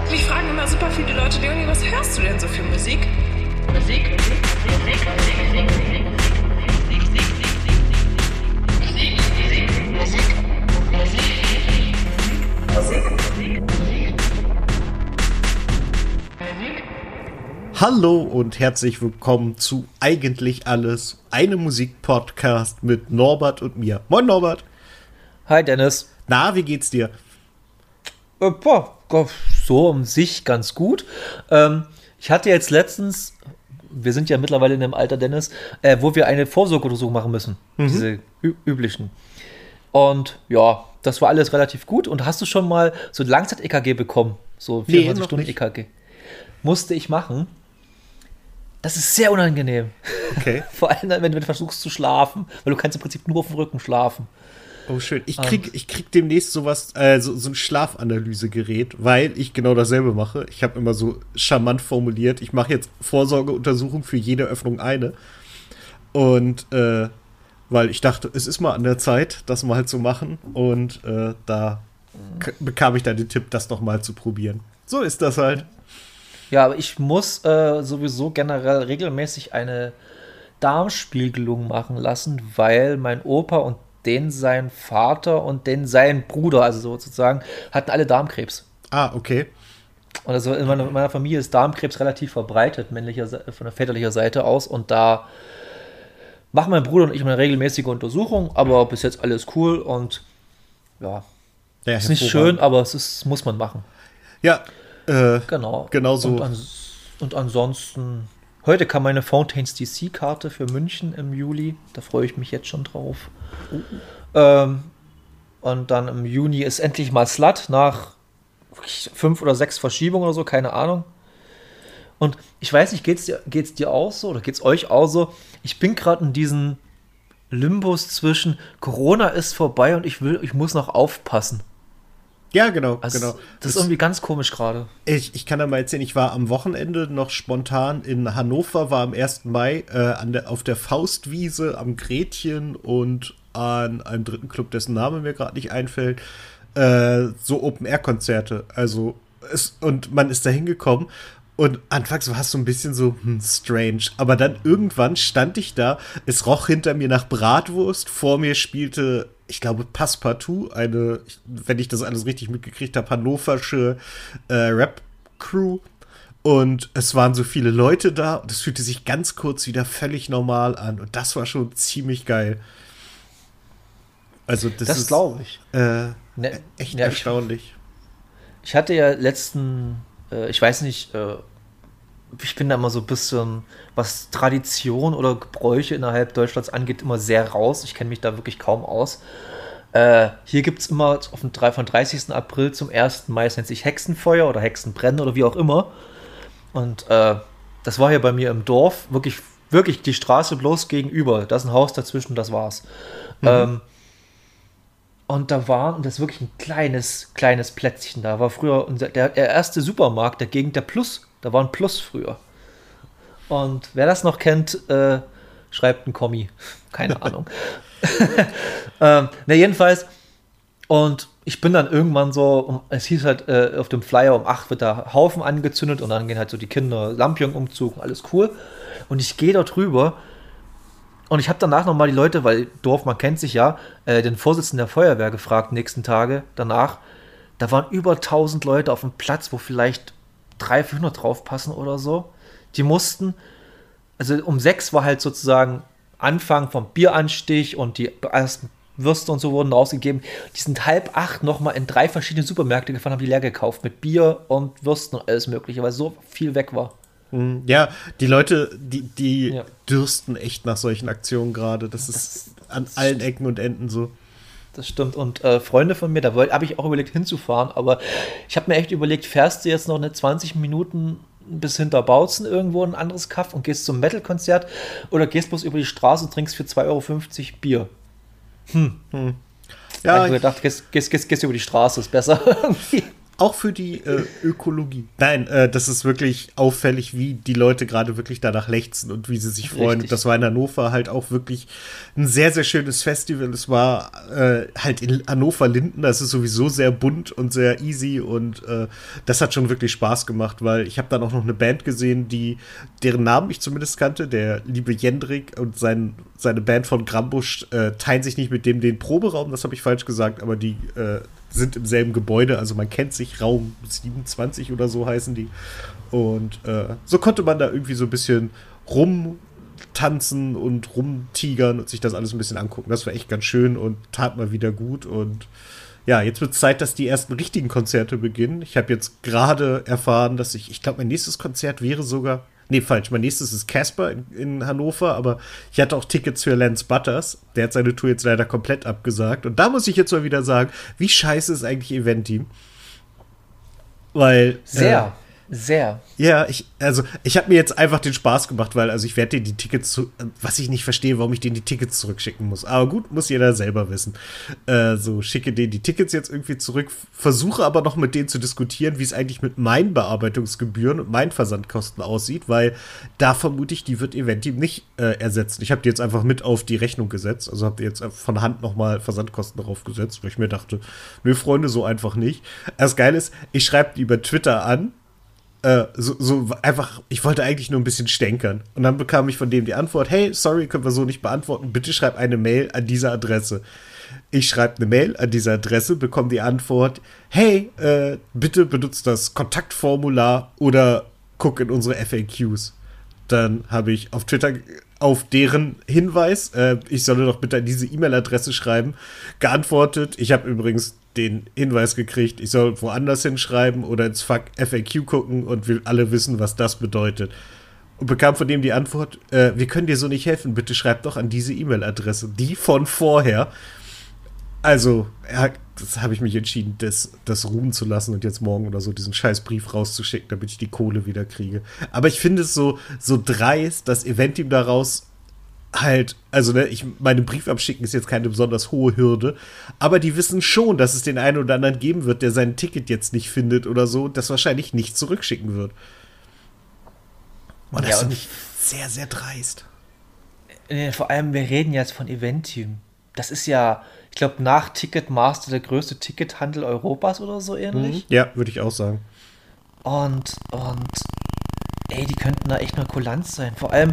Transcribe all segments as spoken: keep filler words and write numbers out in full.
Mich fragen immer super viele Leute, Leonie, was hörst du denn so für Musik? Musik, Musik, Musik, Musik, Musik, Musik. Hallo und herzlich willkommen zu Eigentlich Alles, einem Musik-Podcast mit Norbert und mir. Moin Norbert. Hi Dennis. Na, wie geht's dir? Äh, boah, so um sich ganz gut. Ähm, ich hatte jetzt letztens, wir sind ja mittlerweile in dem Alter, Dennis, äh, wo wir eine Vorsorgeuntersuchung machen müssen. Mhm. Diese ü- üblichen. Und ja, das war alles relativ gut. Und hast du schon mal so ein Langzeit-E K G bekommen? So vierundzwanzig Stunden E K G. Musste ich machen. Das ist sehr unangenehm. Okay. Vor allem, wenn du versuchst zu schlafen, weil du kannst im Prinzip nur auf dem Rücken schlafen. Oh, schön. Ich krieg, ich krieg demnächst sowas, äh, so, so ein Schlafanalysegerät, weil ich genau dasselbe mache. Ich habe immer so charmant formuliert, ich mache jetzt Vorsorgeuntersuchung für jede Öffnung eine. Und äh, weil ich dachte, es ist mal an der Zeit, das mal zu machen. Und äh, da k- bekam ich dann den Tipp, das noch mal zu probieren. So ist das halt. Ja, aber ich muss äh, sowieso generell regelmäßig eine Darmspiegelung machen lassen, weil mein Opa und den sein Vater und den sein Bruder, also sozusagen, hatten alle Darmkrebs. Ah, okay. Und also in meiner, in meiner Familie ist Darmkrebs relativ verbreitet, männlicher, von der väterlicher Seite aus. Und da machen mein Bruder und ich eine regelmäßige Untersuchung, aber bis jetzt alles cool und ja, ja ist nicht schön, aber es ist, muss man machen. Ja, äh, genau. Genau so. Und, an, und ansonsten, heute kam meine Fountains D C-Karte für München im Juli. Da freue ich mich jetzt schon drauf. Uh. Ähm, und dann im Juni ist endlich mal Slut nach fünf oder sechs Verschiebungen oder so, keine Ahnung. Und ich weiß nicht, geht's dir, geht's dir auch so oder geht's euch auch so? Ich bin gerade in diesen Limbus zwischen Corona ist vorbei und ich will, ich muss noch aufpassen. Ja, genau, also, genau. Das, das ist irgendwie ganz komisch gerade. Ich, ich kann da mal erzählen, ich war am Wochenende noch spontan in Hannover, war am ersten Mai äh, an der, auf der Faustwiese am Gretchen und an einem dritten Club, dessen Name mir gerade nicht einfällt, äh, so Open-Air-Konzerte. Also, es, und man ist da hingekommen und anfangs war es so ein bisschen so, hm, strange. Aber dann irgendwann stand ich da, es roch hinter mir nach Bratwurst, vor mir spielte, ich glaube, Passepartout, eine, wenn ich das alles richtig mitgekriegt habe, hannoversche äh, Rap-Crew. Und es waren so viele Leute da und es fühlte sich ganz kurz wieder völlig normal an. Und das war schon ziemlich geil. Also das, das ist, glaube ich. Äh, ne, echt ja, erstaunlich. Ich, ich hatte ja letzten, äh, ich weiß nicht, äh, ich bin da immer so ein bisschen, was Tradition oder Gebräuche innerhalb Deutschlands angeht, immer sehr raus. Ich kenne mich da wirklich kaum aus. Äh, hier gibt es immer auf den, von dreißigsten April zum ersten Mai, es nennt sich Hexenfeuer oder Hexenbrennen oder wie auch immer. Und äh, das war hier bei mir im Dorf, wirklich, wirklich die Straße bloß gegenüber. Da ist ein Haus dazwischen, das war's. Mhm. Ähm, Und da war, und das ist wirklich ein kleines, kleines Plätzchen. Da war früher unser, der, der erste Supermarkt der Gegend, der Plus. Da war ein Plus früher. Und wer das noch kennt, äh, schreibt einen Kommi. Keine Ahnung. ähm, ne, jedenfalls. Und ich bin dann irgendwann so, um, es hieß halt äh, auf dem Flyer, um acht wird der Haufen angezündet und dann gehen halt so die Kinder Lampion-Umzug, alles cool. Und ich gehe dort rüber. Und ich habe danach nochmal die Leute, weil Dorf, man kennt sich ja, äh, den Vorsitzenden der Feuerwehr gefragt, nächsten Tage danach. Da waren über tausend Leute auf dem Platz, wo vielleicht dreihundert, vierhundert drauf passen oder so. Die mussten, also um sechs war halt sozusagen Anfang vom Bieranstich und die ersten Würste und so wurden rausgegeben. Die sind halb acht nochmal in drei verschiedene Supermärkte gefahren, haben die leer gekauft mit Bier und Würsten und alles mögliche, weil so viel weg war. Ja, die Leute, die, die ja. dürsten echt nach solchen Aktionen gerade. Das, das ist an das allen Ecken und Enden so. Das stimmt. Und äh, Freunde von mir, da habe ich auch überlegt hinzufahren, aber ich habe mir echt überlegt, fährst du jetzt noch eine zwanzig Minuten bis hinter Bautzen irgendwo in ein anderes Kaff und gehst zum Metal-Konzert oder gehst bloß über die Straße und trinkst für zwei Euro fünfzig Bier? Hm. hm. Ja, ich habe gedacht, gehst, gehst, gehst, gehst über die Straße, ist besser. Auch für die äh, Ökologie. Nein, äh, das ist wirklich auffällig, wie die Leute gerade wirklich danach lechzen und wie sie sich freuen. Und das war in Hannover halt auch wirklich ein sehr, sehr schönes Festival. Es war äh, halt in Hannover-Linden, das ist sowieso sehr bunt und sehr easy und äh, das hat schon wirklich Spaß gemacht, weil ich habe dann auch noch eine Band gesehen, die deren Namen ich zumindest kannte, der liebe Jendrik und sein, seine Band von Grambusch äh, teilen sich nicht mit dem den Proberaum, das habe ich falsch gesagt, aber die äh, sind im selben Gebäude, also man kennt sich, Raum siebenundzwanzig oder so heißen die. Und äh, so konnte man da irgendwie so ein bisschen rumtanzen und rumtigern und sich das alles ein bisschen angucken. Das war echt ganz schön und tat mal wieder gut. Und ja, jetzt wird es Zeit, dass die ersten richtigen Konzerte beginnen. Ich habe jetzt gerade erfahren, dass ich, ich glaube, mein nächstes Konzert wäre sogar Nee, falsch. Mein nächstes ist Casper in, in Hannover, aber ich hatte auch Tickets für Lance Butters. Der hat seine Tour jetzt leider komplett abgesagt. Und da muss ich jetzt mal wieder sagen, wie scheiße ist eigentlich Eventim? Weil. Sehr. Äh, Sehr. Ja, ich, also ich habe mir jetzt einfach den Spaß gemacht, weil also ich werde dir die Tickets, zu, was ich nicht verstehe, warum ich denen die Tickets zurückschicken muss. Aber gut, muss jeder selber wissen. Äh, so, schicke denen die Tickets jetzt irgendwie zurück, versuche aber noch mit denen zu diskutieren, wie es eigentlich mit meinen Bearbeitungsgebühren und meinen Versandkosten aussieht, weil da vermute ich, die wird Eventim nicht äh, ersetzen. Ich habe die jetzt einfach mit auf die Rechnung gesetzt, also habe jetzt von Hand nochmal Versandkosten drauf gesetzt, weil ich mir dachte, nö, Freunde, so einfach nicht. Das Geile ist, ich schreibe die über Twitter an, Äh, so, so einfach, ich wollte eigentlich nur ein bisschen stänkern. Und dann bekam ich von dem die Antwort, hey, sorry, können wir so nicht beantworten, bitte schreib eine Mail an diese Adresse. Ich schreibe eine Mail an diese Adresse, bekomme die Antwort, hey, äh, bitte benutzt das Kontaktformular oder guck in unsere F A Qs. Dann habe ich auf Twitter auf deren Hinweis, äh, ich solle doch bitte an diese E-Mail-Adresse schreiben, geantwortet. Ich habe übrigens den Hinweis gekriegt, ich soll woanders hinschreiben oder ins F A Q gucken und wir alle wissen, was das bedeutet. Und bekam von dem die Antwort, äh, wir können dir so nicht helfen, bitte schreib doch an diese E-Mail-Adresse, die von vorher. Also, ja, das habe ich mich entschieden, das, das ruhen zu lassen und jetzt morgen oder so diesen scheiß Brief rauszuschicken, damit ich die Kohle wieder kriege. Aber ich finde es so, so dreist, dass Eventim daraus halt, also ne, ich, meine Brief abschicken ist jetzt keine besonders hohe Hürde, aber die wissen schon, dass es den einen oder anderen geben wird, der sein Ticket jetzt nicht findet oder so, das wahrscheinlich nicht zurückschicken wird. Und das ja, finde ich sehr, sehr dreist. Äh, vor allem, wir reden jetzt von Eventim. Das ist ja, ich glaube, nach Ticketmaster der größte Tickethandel Europas oder so ähnlich. Mhm. Ja, würde ich auch sagen. Und, und, ey, die könnten da echt nur Kulanz sein. Vor allem,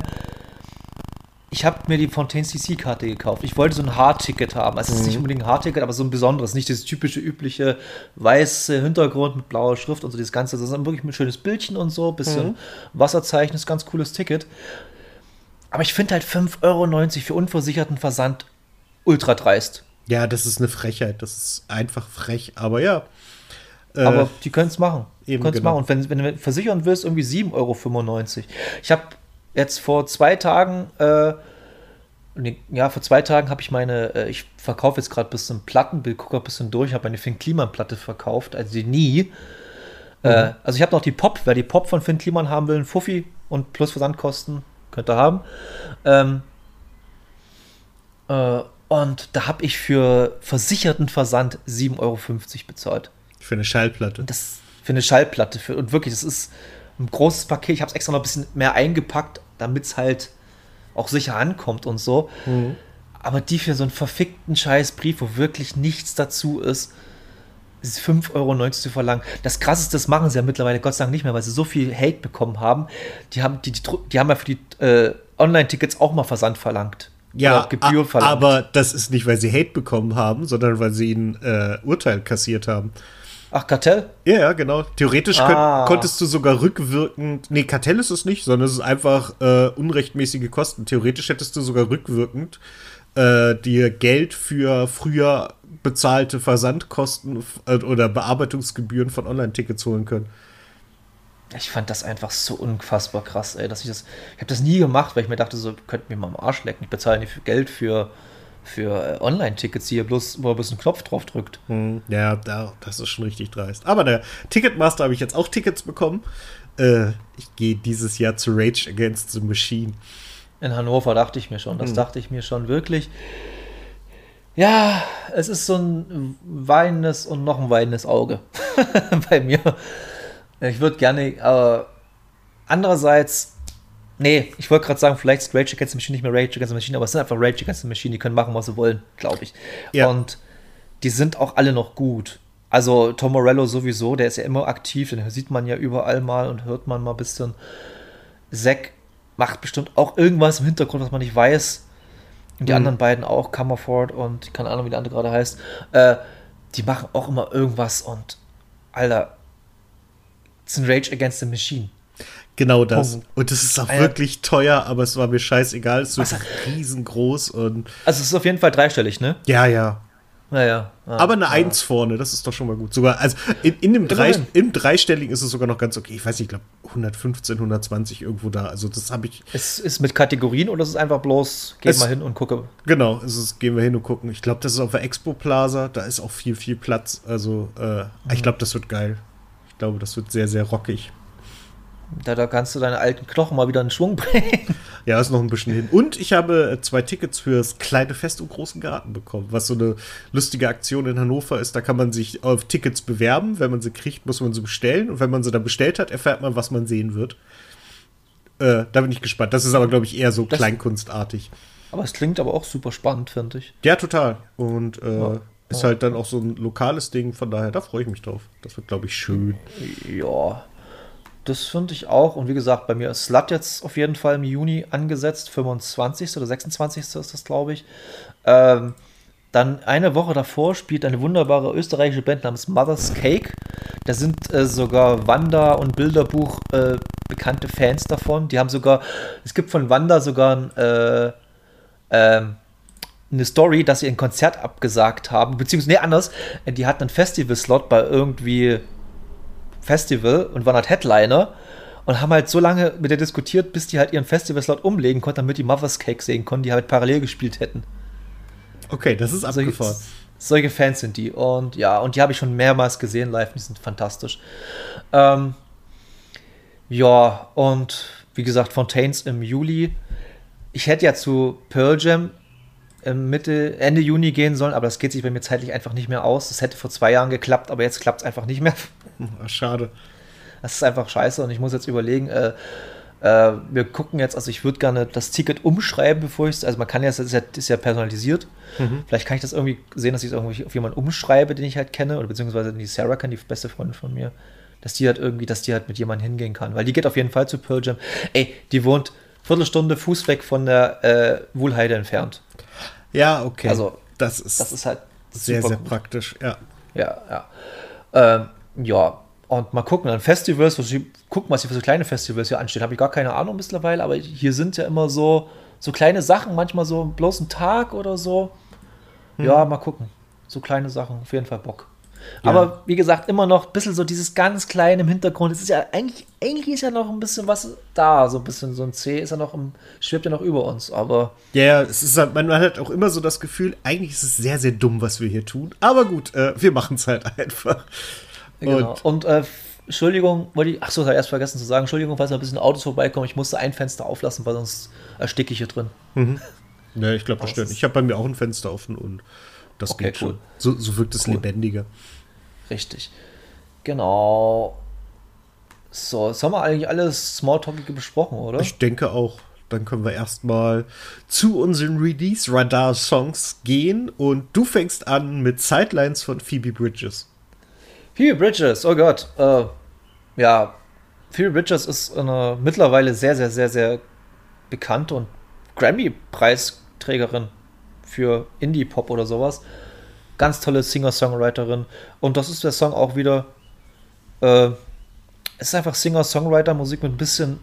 ich habe mir die Fontaine C C-Karte gekauft. Ich wollte so ein Hardticket haben. Also es ist nicht unbedingt ein Hardticket, aber so ein besonderes. Nicht das typische, übliche weiße Hintergrund mit blauer Schrift und so das Ganze. Das ist wirklich ein schönes Bildchen und so, bisschen mhm. Wasserzeichen, das ist ein ganz cooles Ticket. Aber ich finde halt fünf Euro neunzig für unversicherten Versand ultra dreist. Ja, das ist eine Frechheit. Das ist einfach frech. Aber ja. Äh, aber die können es machen. Eben, können es genau. machen. Und wenn, wenn du versichern willst, irgendwie sieben Euro fünfundneunzig. Ich habe jetzt vor zwei Tagen, äh, nee, ja, vor zwei Tagen habe ich meine, äh, ich verkaufe jetzt gerade ein bisschen Plattenbild, gucke ein bisschen durch, habe meine Finn Kliman-Platte verkauft, also die nie. Mhm. Äh, also ich habe noch die Pop, wer die Pop von Finn Kliman haben will, ein Fuffi und plus Versandkosten, könnt ihr haben. Ähm, äh, und da habe ich für versicherten Versand sieben Euro fünfzig bezahlt. Für eine Schallplatte. Und das für eine Schallplatte. Für, und wirklich, das ist ein großes Paket. Ich habe es extra noch ein bisschen mehr eingepackt, damit es halt auch sicher ankommt und so. Mhm. Aber die für so einen verfickten Scheißbrief, wo wirklich nichts dazu ist, ist fünf Euro neunzig zu verlangen. Das Krasseste, das machen sie ja mittlerweile Gott sei Dank nicht mehr, weil sie so viel Hate bekommen haben. Die haben, die, die, die haben ja für die äh, Online-Tickets auch mal Versand verlangt. Ja, Gebühr verlangt. Aber das ist nicht, weil sie Hate bekommen haben, sondern weil sie ein äh, Urteil kassiert haben. Ach, Kartell? Ja, ja, genau. Theoretisch ah. könnt, konntest du sogar rückwirkend, nee, Kartell ist es nicht, sondern es ist einfach äh, unrechtmäßige Kosten. Theoretisch hättest du sogar rückwirkend äh, dir Geld für früher bezahlte Versandkosten äh, oder Bearbeitungsgebühren von Online-Tickets holen können. Ich fand das einfach so unfassbar krass, ey, dass ich das, ich habe das nie gemacht, weil ich mir dachte, so, könnt mir mal am Arsch lecken. Ich bezahle nicht viel Geld für für Online-Tickets hier, bloß, wo er bloß einen Knopf drauf drückt. Hm, ja, da, das ist schon richtig dreist. Aber der Ticketmaster habe ich jetzt auch Tickets bekommen. Äh, ich gehe dieses Jahr zu Rage Against the Machine. In Hannover dachte ich mir schon, das hm. dachte ich mir schon wirklich. Ja, es ist so ein weinendes und noch ein weinendes Auge bei mir. Ich würde gerne, aber andererseits, nee, ich wollte gerade sagen, vielleicht ist Rage Against the Machine nicht mehr Rage Against the Machine, aber es sind einfach Rage Against the Machine, die können machen, was sie wollen, glaube ich. Ja. Und die sind auch alle noch gut. Also Tom Morello sowieso, der ist ja immer aktiv, den sieht man ja überall mal und hört man mal ein bisschen. Zack macht bestimmt auch irgendwas im Hintergrund, was man nicht weiß. Und die Mhm. anderen beiden auch, Comerford und keine Ahnung, wie der andere gerade heißt. Äh, die machen auch immer irgendwas und Alter, es ist ein Rage Against the Machine. Genau das. Punkt. Und das ist auch Ah, ja. wirklich teuer, aber es war mir scheißegal. Es wird Was? riesengroß und Also es ist auf jeden Fall dreistellig, ne? ja, ja. Naja. Ja, Aber eine ja. Eins vorne, das ist doch schon mal gut. Sogar, also in, in dem Drei, Immerhin. im Dreistelligen ist es sogar noch ganz okay. Ich weiß nicht, ich glaube hundertfünfzehn, hundertzwanzig irgendwo da. Also das habe ich, Es ist mit Kategorien oder ist es einfach bloß, geh Es- mal hin und gucke. genau, es ist, gehen wir hin und gucken. Ich glaube, das ist auf der Expo Plaza, da ist auch viel, viel Platz. Also äh, ich glaube, das wird geil. Ich glaube, das wird sehr, sehr rockig. Da, da kannst du deine alten Knochen mal wieder in Schwung bringen. Ja, ist noch ein bisschen hin. Und ich habe äh, zwei Tickets fürs kleine Fest im großen Garten bekommen, was so eine lustige Aktion in Hannover ist. Da kann man sich auf Tickets bewerben. Wenn man sie kriegt, muss man sie bestellen. Und wenn man sie dann bestellt hat, erfährt man, was man sehen wird. Äh, da bin ich gespannt. Das ist aber, glaube ich, eher so Das- kleinkunstartig. Aber es klingt aber auch super spannend, finde ich. Ja, total. Und äh, Ja. ist halt dann auch so ein lokales Ding. Von daher, da freue ich mich drauf. Das wird, glaube ich, schön. Ja, das finde ich auch. Und wie gesagt, bei mir ist Slut jetzt auf jeden Fall im Juni angesetzt. fünfundzwanzigsten oder sechsundzwanzigsten ist das, glaube ich. Ähm, dann eine Woche davor spielt eine wunderbare österreichische Band namens Mother's Cake. Da sind äh, sogar Wanda und Bilderbuch äh, bekannte Fans davon. Die haben sogar, es gibt von Wanda sogar ein, äh, ähm, eine Story, dass sie ein Konzert abgesagt haben, beziehungsweise, nee, anders, die hatten einen Festival-Slot bei irgendwie Festival und waren halt Headliner und haben halt so lange mit der diskutiert, bis die halt ihren Festival-Slot umlegen konnten, damit die Mother's Cake sehen konnten, die halt parallel gespielt hätten. Okay, das ist Solche, abgefahren. solche Fans sind die. Und ja, und die habe ich schon mehrmals gesehen live, die sind fantastisch. Ähm, ja, und wie gesagt, Fontaines im Juli. Ich hätte ja zu Pearl Jam im Mitte, Ende Juni gehen sollen, aber das geht sich bei mir zeitlich einfach nicht mehr aus. Das hätte vor zwei Jahren geklappt, aber jetzt klappt es einfach nicht mehr. Ach, schade. Das ist einfach scheiße und ich muss jetzt überlegen, äh, äh, wir gucken jetzt, also ich würde gerne das Ticket umschreiben, bevor ich es, also man kann ja, das ist ja, das ist ja personalisiert. Mhm. Vielleicht kann ich das irgendwie sehen, dass ich es irgendwie auf jemanden umschreibe, den ich halt kenne, oder beziehungsweise die Sarah kann, die beste Freundin von mir, dass die halt irgendwie, dass die halt mit jemandem hingehen kann, weil die geht auf jeden Fall zu Pearl Jam. Ey, die wohnt Viertelstunde Fuß weg von der äh, Wuhlheide entfernt. Ja, okay. Also, das ist, Das ist halt sehr, super sehr gut. praktisch. Ja. Ja, ja. Ähm, ja, und mal gucken, an Festivals, was ich, gucken, was hier für so kleine Festivals hier anstehen. Habe ich gar keine Ahnung mittlerweile, aber hier sind ja immer so, so kleine Sachen, manchmal so bloß ein Tag oder so. Ja, mal gucken. So kleine Sachen, auf jeden Fall Bock. Ja. Aber wie gesagt, immer noch ein bisschen so dieses ganz kleine im Hintergrund. Es ist ja eigentlich, eigentlich ist ja noch ein bisschen was da, so ein bisschen so ein C ist ja noch im, schwebt ja noch über uns, aber Ja, ja, es ist halt, man hat auch immer so das Gefühl, eigentlich ist es sehr, sehr dumm, was wir hier tun. Aber gut, äh, wir machen es halt einfach. genau. Und Und äh, Entschuldigung, wollte ich, ach so, das habe ich erst vergessen zu sagen, Entschuldigung, falls noch ein bisschen Autos vorbeikommen, ich musste ein Fenster auflassen, weil sonst ersticke ich hier drin. ne, ich glaube, das Das stört ist- nicht. Ich habe bei mir auch ein Fenster offen und das Okay, geht cool. schon. So, so wirkt es Cool. lebendiger. Richtig. Genau. So, jetzt haben wir eigentlich alles Smalltalkige besprochen, oder? Ich denke auch. Dann können wir erstmal zu unseren Release-Radar-Songs gehen und du fängst an mit Sidelines von Phoebe Bridgers. Phoebe Bridgers, oh Gott. Äh, ja, Phoebe Bridgers ist eine mittlerweile sehr, sehr, sehr, sehr bekannte und Grammy-Preisträgerin für Indie-Pop oder sowas. Ganz tolle Singer-Songwriterin. Und das ist der Song auch wieder. Äh, es ist einfach Singer-Songwriter-Musik mit ein bisschen.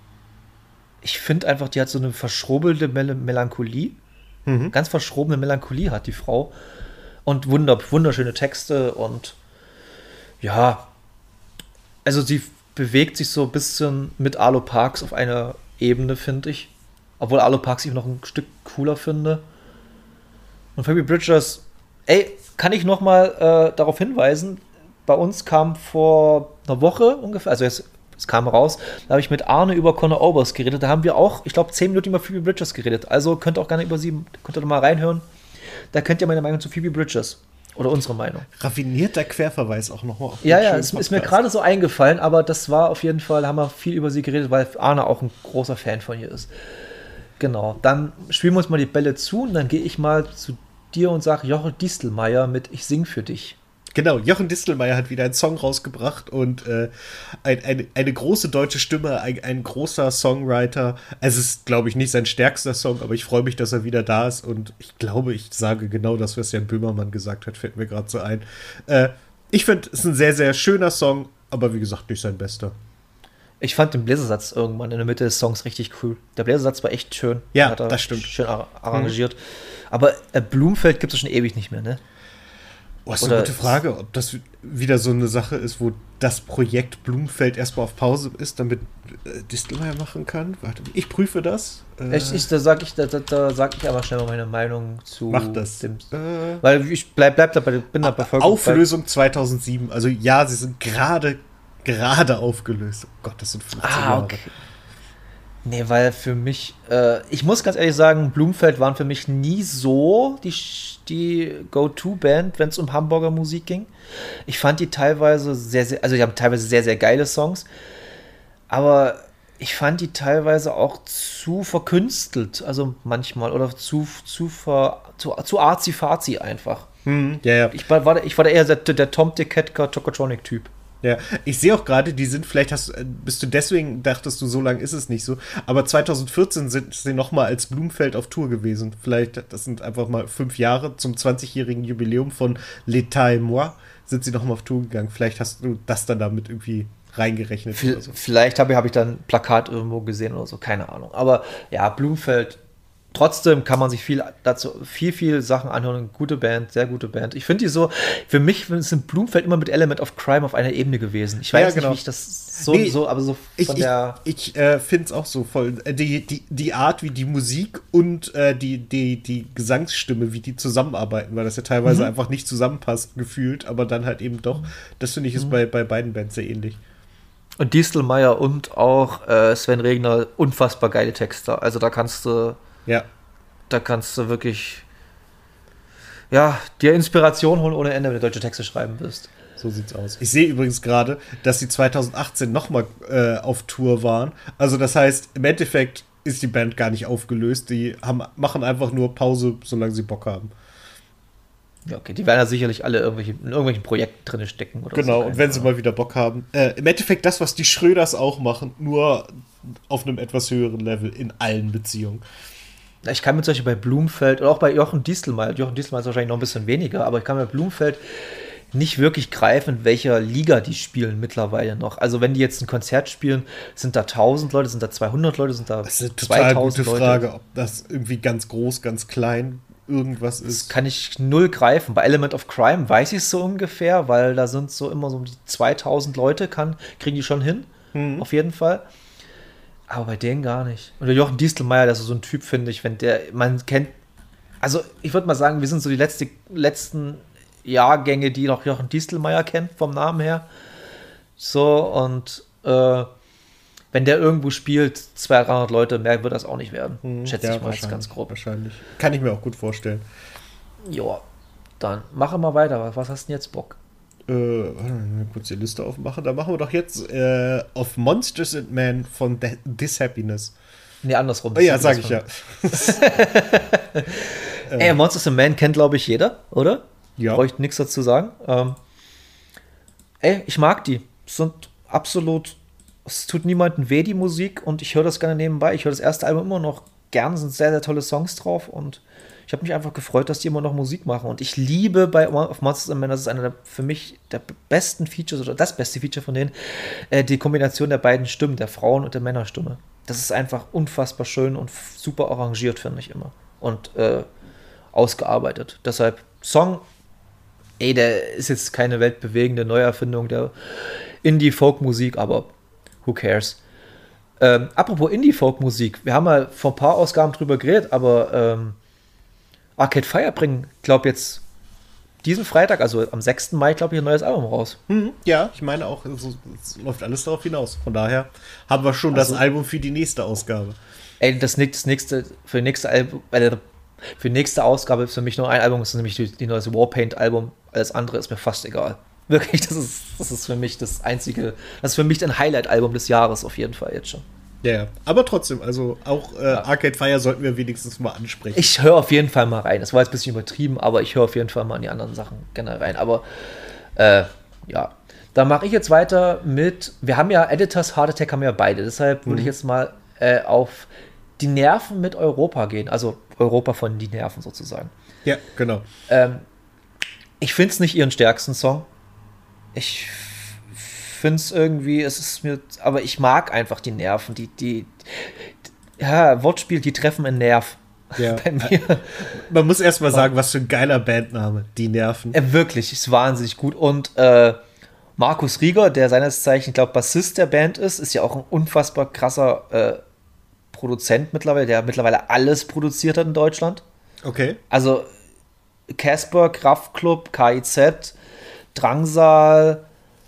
Ich finde einfach, die hat so eine verschrobelte Mel Melancholie. Mhm. Ganz verschrobene Melancholie hat die Frau. Und wunder wunderschöne Texte und ja, also sie bewegt sich so ein bisschen mit Arlo Parks auf einer Ebene, finde ich. Obwohl Arlo Parks ich noch ein Stück cooler finde. Und Phoebe Bridgers, ey, kann ich noch mal äh, darauf hinweisen, bei uns kam vor einer Woche ungefähr, also jetzt, es kam raus, da habe ich mit Arne über Conor Oberst geredet. Da haben wir auch, ich glaube, zehn Minuten über Phoebe Bridgers geredet. Also könnt ihr auch gerne über sie, könnt ihr doch mal reinhören. Da kennt ihr meine Meinung zu Phoebe Bridgers. Oder unsere Meinung. Raffinierter Querverweis auch nochmal auf den Ja, ja, schönen es ist Podcast. mir gerade so eingefallen, aber das war auf jeden Fall, haben wir viel über sie geredet, weil Arne auch ein großer Fan von ihr ist. Genau, dann spielen wir uns mal die Bälle zu und dann gehe ich mal zu dir und sage Jochen Distelmeier mit Ich sing für dich. Genau, Jochen Distelmeier hat wieder einen Song rausgebracht und äh, ein, eine, eine große deutsche Stimme, ein, ein großer Songwriter. Es ist, glaube ich, nicht sein stärkster Song, aber ich freue mich, dass er wieder da ist und ich glaube, ich sage genau das, was Jan Böhmermann gesagt hat, fällt mir gerade so ein. Äh, ich finde, es ist ein sehr, sehr schöner Song, aber wie gesagt, nicht sein bester. Ich fand den Bläsersatz irgendwann in der Mitte des Songs richtig cool. Der Bläsersatz war echt schön. Ja, hat er das stimmt. Schön ar- arrangiert. Mhm. Aber äh, Blumfeld gibt es schon ewig nicht mehr, ne? Oh, ist eine gute Frage, ob das wieder so eine Sache ist, wo das Projekt Blumfeld erstmal auf Pause ist, damit äh, Distelmeier machen kann. Warte, ich prüfe das. Äh, ich, ich, da sag ich, da, da, da sag ich aber schnell mal meine Meinung zu Mach das. dem. Äh, weil ich bleib, bleib dabei, bin dabei voll. Auflösung zweitausendsieben. Also ja, sie sind gerade gerade aufgelöst. Oh Gott, das sind fünfzehn ah, okay. Jahre. Nee, weil für mich, äh, ich muss ganz ehrlich sagen, Blumfeld waren für mich nie so die, die Go-To-Band, wenn es um Hamburger Musik ging. Ich fand die teilweise sehr, sehr, also die haben teilweise sehr, sehr geile Songs, aber ich fand die teilweise auch zu verkünstelt, also manchmal, oder zu, zu, ver, zu, zu arzi-fazi einfach. Hm, ja, ja. Ich war, ich war da eher der, der Tom Diketka Tokotronic-Typ. Ja, ich sehe auch gerade, die sind, vielleicht hast, bist du deswegen, dachtest du, so lang ist es nicht so, aber zweitausendvierzehn sind sie nochmal als Blumfeld auf Tour gewesen. Vielleicht, das sind einfach mal fünf Jahre, zum zwanzigjährigen Jubiläum von L'État et moi sind sie nochmal auf Tour gegangen. Vielleicht hast du das dann damit irgendwie reingerechnet. V- oder so. Vielleicht habe ich, hab ich dann ein Plakat irgendwo gesehen oder so, keine Ahnung. Aber ja, Blumfeld, trotzdem kann man sich viel dazu, viel, viel Sachen anhören. Gute Band, sehr gute Band. Ich finde die so, für mich sind Blumfeld immer mit Element of Crime auf einer Ebene gewesen. Ich weiß Ja, nicht, genau. wie ich das so, Nee, so aber so von Ich, der. ich, ich äh, finde es auch so voll. Äh, Die, die, die Art, wie die Musik und äh, die, die, die Gesangsstimme, wie die zusammenarbeiten, weil das ja teilweise Mhm. einfach nicht zusammenpasst, gefühlt, aber dann halt eben doch. Das finde ich ist Mhm. bei, bei beiden Bands sehr ähnlich. Und Distelmeier und auch äh, Sven Regner, unfassbar geile Texter. Also da kannst du, Ja. da kannst du wirklich, ja, dir Inspiration holen ohne Ende, wenn du deutsche Texte schreiben wirst. So sieht's aus. Ich sehe übrigens gerade, dass sie zweitausendachtzehn nochmal äh, auf Tour waren. Also das heißt, im Endeffekt ist die Band gar nicht aufgelöst. Die haben, machen einfach nur Pause, solange sie Bock haben. Ja, okay, die werden ja sicherlich alle irgendwelche, in irgendwelchen Projekten drin stecken. Oder Genau, so. und wenn sie mal wieder Bock haben. Äh, Im Endeffekt das, was die Schröders auch machen, nur auf einem etwas höheren Level in allen Beziehungen. Ich kann mit solchen bei Blumfeld oder auch bei Jochen Distelmeier, Jochen Distelmeier ist wahrscheinlich noch ein bisschen weniger, aber ich kann bei Blumfeld nicht wirklich greifen, in welcher Liga die spielen mittlerweile noch. Also wenn die jetzt ein Konzert spielen, sind da tausend Leute, sind da zweihundert Leute, sind da Das ist eine total gute Leute. Frage, ob das irgendwie ganz groß, ganz klein irgendwas Das ist. kann ich null greifen. Bei Element of Crime weiß ich es so ungefähr, weil da sind so immer so um die zweitausend Leute, kann, kriegen die schon hin, Mhm. auf jeden Fall. Aber bei denen gar nicht. Und der Jochen Distelmeier, das ist so ein Typ, finde ich, wenn der, man kennt, also ich würde mal sagen, wir sind so die letzte, letzten Jahrgänge, die noch Jochen Distelmeier kennen, vom Namen her. So, und äh, wenn der irgendwo spielt, zweihundert, dreihundert Leute, mehr wird das auch nicht werden. Mhm. Schätze Ja, ich mal jetzt wahrscheinlich, ganz grob. Wahrscheinlich. Kann ich mir auch gut vorstellen. Ja, dann machen wir weiter. Was hast du denn jetzt Bock? Äh, warte mal, kurz die Liste aufmachen. Da machen wir doch jetzt äh, auf Monsters and Men von The- This Happiness. Nee, andersrum. Oh ja, sag ich ja. Ey, Monsters and Men kennt, glaube ich, jeder, oder? Ja. Brauche ich nichts dazu sagen. Ähm, ey, ich mag die. Sind absolut, es tut niemandem weh, die Musik, und ich höre das gerne nebenbei. Ich höre das erste Album immer noch gern, sind sehr, sehr tolle Songs drauf, und ich habe mich einfach gefreut, dass die immer noch Musik machen. Und ich liebe bei auf Monsters and Men, das ist einer der, für mich der besten Features oder das beste Feature von denen, äh, die Kombination der beiden Stimmen, der Frauen- und der Männerstimme. Das ist einfach unfassbar schön und f- super arrangiert, finde ich immer. Und äh, ausgearbeitet. Deshalb Song, ey, der ist jetzt keine weltbewegende Neuerfindung der Indie-Folk-Musik, aber who cares? Ähm, apropos Indie-Folk-Musik, wir haben mal vor ein paar Ausgaben drüber geredet, aber ähm, Arcade Fire bringen, glaube jetzt diesen Freitag, also am sechsten Mai, glaube ich, ein neues Album raus. Mhm, ja, ich meine auch, es, es läuft alles darauf hinaus. Von daher haben wir schon Also- das Album für die nächste Ausgabe. Ey, das nächste, das nächste für die nächste Album, äh, Für die nächste Ausgabe ist für mich nur ein Album, das ist nämlich die, die neues Warpaint-Album. Alles andere ist mir fast egal. Wirklich, das ist, das ist für mich das einzige, das ist für mich ein Highlight-Album des Jahres auf jeden Fall jetzt schon. Ja, yeah. Aber trotzdem, also auch äh, ja. Arcade Fire sollten wir wenigstens mal ansprechen. Ich höre auf jeden Fall mal rein. Das war jetzt ein bisschen übertrieben, aber ich höre auf jeden Fall mal in die anderen Sachen generell rein. Aber äh, ja, da mache ich jetzt weiter mit, wir haben ja Editors Heart Attack, haben wir ja beide. Deshalb würde mhm. ich jetzt mal äh, auf die Nerven mit Europa gehen. Also Europa von die Nerven sozusagen. Ja, genau. Ähm, ich finde es nicht ihren stärksten Song. Ich finde es irgendwie, es ist mir, aber ich mag einfach die Nerven, die, die, die ja, Wortspiel, die treffen einen Nerv. Ja. Bei mir. Man muss erst mal sagen, was für ein geiler Bandname, die Nerven. Äh, wirklich, ist wahnsinnig gut. Und äh, Markus Rieger, der seines Zeichen, ich glaube, Bassist der Band ist, ist ja auch ein unfassbar krasser äh, Produzent mittlerweile, der mittlerweile alles produziert hat in Deutschland. Okay. Also Casper, Kraftklub, K I Z, Drangsal,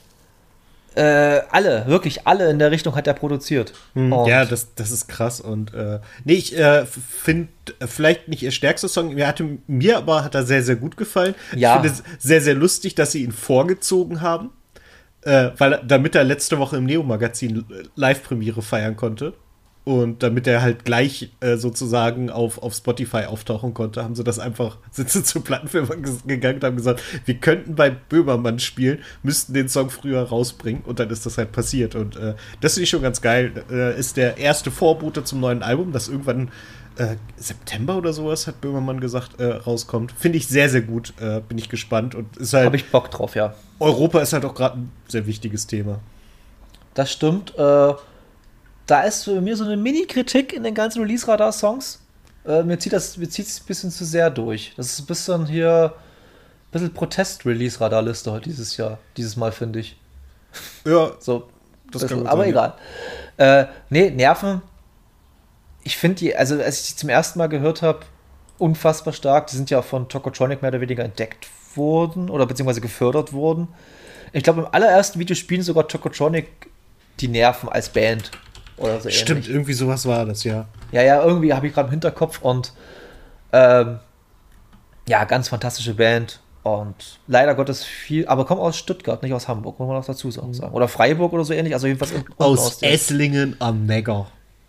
Äh, alle, wirklich alle in der Richtung hat er produziert. Hm, ja, das, das ist krass. Und äh, nee, ich äh, finde vielleicht nicht ihr stärkster Song, mir, hatte, mir aber hat er sehr, sehr gut gefallen. Ja. Ich finde es sehr, sehr lustig, dass sie ihn vorgezogen haben, äh, weil, damit er letzte Woche im Neo-Magazin Live-Premiere feiern konnte. Und damit er halt gleich äh, sozusagen auf, auf Spotify auftauchen konnte, haben sie das einfach, sind sie zur Plattenfirma gegangen und haben gesagt, wir könnten bei Böhmermann spielen, müssten den Song früher rausbringen und dann ist das halt passiert. Und äh, das finde ich schon ganz geil. Äh, ist der erste Vorbote zum neuen Album, das irgendwann äh, September oder sowas, hat Böhmermann gesagt, äh, rauskommt. Finde ich sehr, sehr gut. Äh, bin ich gespannt. Und ist halt. Habe ich Bock drauf, ja. Europa ist halt auch gerade ein sehr wichtiges Thema. Das stimmt. Äh Da ist für mich so eine Mini-Kritik in den ganzen Release-Radar-Songs. Äh, mir zieht das mir zieht es ein bisschen zu sehr durch. Das ist ein bisschen hier, ein bisschen Protest-Release-Radar-Liste heute dieses Jahr, dieses Mal, finde ich. Ja, so, das bisschen, kann man aber sagen, egal. Ja. Äh, nee, Nerven, ich finde die, also als ich die zum ersten Mal gehört habe, unfassbar stark. Die sind ja von Tokotronic mehr oder weniger entdeckt worden oder beziehungsweise gefördert worden. Ich glaube, im allerersten Video spielen sogar Tokotronic die Nerven als Band. Oder so Stimmt, ähnlich. Irgendwie sowas war das, ja. Ja, ja, irgendwie habe ich gerade im Hinterkopf und ähm, ja, ganz fantastische Band und leider Gottes viel, aber kommen aus Stuttgart, nicht aus Hamburg, muss man auch dazu sagen. Oder Freiburg oder so ähnlich, also jedenfalls aus, aus Esslingen am Neckar.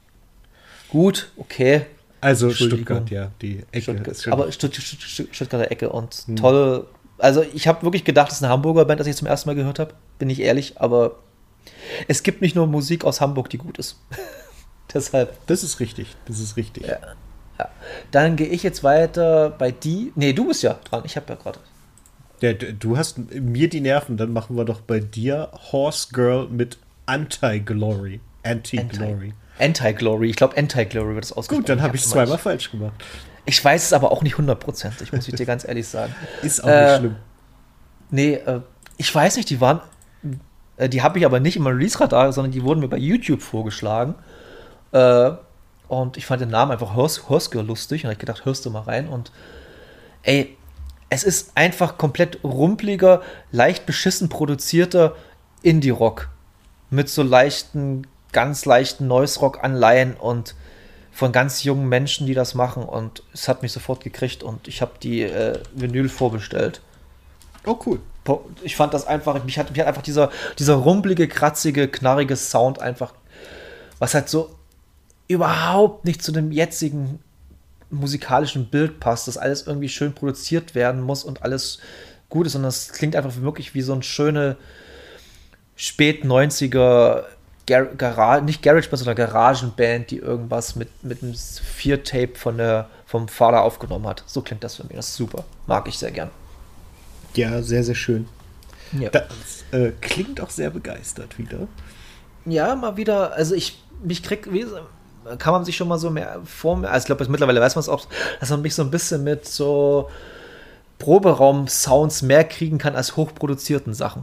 Gut, okay. Also Stuttgart, ja, die Ecke. Stuttgart, aber Stutt Stutt Stutt Stuttgarter Ecke und hm. toll. Also ich habe wirklich gedacht, das ist eine Hamburger Band, das ich zum ersten Mal gehört habe, bin ich ehrlich, aber es gibt nicht nur Musik aus Hamburg, die gut ist. Deshalb. Das ist richtig, das ist richtig. Ja. Ja. Dann gehe ich jetzt weiter bei die. Nee, du bist ja dran, ich habe ja gerade. Ja, du hast mir die Nerven, dann machen wir doch bei dir Horse Girl mit Anti-Glory. Anti-Glory. Anti-Glory, ich glaube Anti-Glory wird das ausgesprochen. Gut, dann habe ich es zweimal falsch gemacht. Ich weiß es aber auch nicht hundertprozentig, muss ich dir ganz ehrlich sagen. Ist auch äh, nicht schlimm. Nee, äh, ich weiß nicht, die waren. Die habe ich aber nicht im Release-Radar, sondern die wurden mir bei YouTube vorgeschlagen. Äh, und ich fand den Namen einfach Hörsker lustig. Und habe ich gedacht, hörst du mal rein. Und ey, es ist einfach komplett rumpeliger, leicht beschissen produzierter Indie-Rock. Mit so leichten, ganz leichten Noise-Rock-Anleihen und von ganz jungen Menschen, die das machen. Und es hat mich sofort gekriegt und ich habe die äh, Vinyl vorbestellt. Oh, cool. Ich fand das einfach, mich hat, mich hat einfach dieser, dieser rumpelige, kratzige, knarrige Sound einfach, was halt so überhaupt nicht zu dem jetzigen musikalischen Bild passt, dass alles irgendwie schön produziert werden muss und alles gut ist, sondern es klingt einfach wirklich wie so ein schöne Spät-neunziger Gar Garage, nicht Garage-Band, sondern Garagenband, die irgendwas mit, mit einem Vier-Tape von der, vom Vater aufgenommen hat. So klingt das für mich, das ist super, mag ich sehr gern. Ja, sehr, sehr schön. Ja. Das äh, klingt auch sehr begeistert wieder. Ja, mal wieder, also ich, mich krieg, wie, kann man sich schon mal so mehr vor mir, also ich glaube, mittlerweile weiß man es auch, dass man mich so ein bisschen mit so Proberaum-Sounds mehr kriegen kann als hochproduzierten Sachen.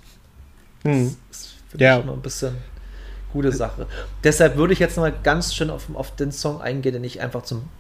Hm. Das ist für ja. mich immer ein bisschen gute Sache. Deshalb würde ich jetzt noch mal ganz schön auf, auf den Song eingehen, den ich einfach zum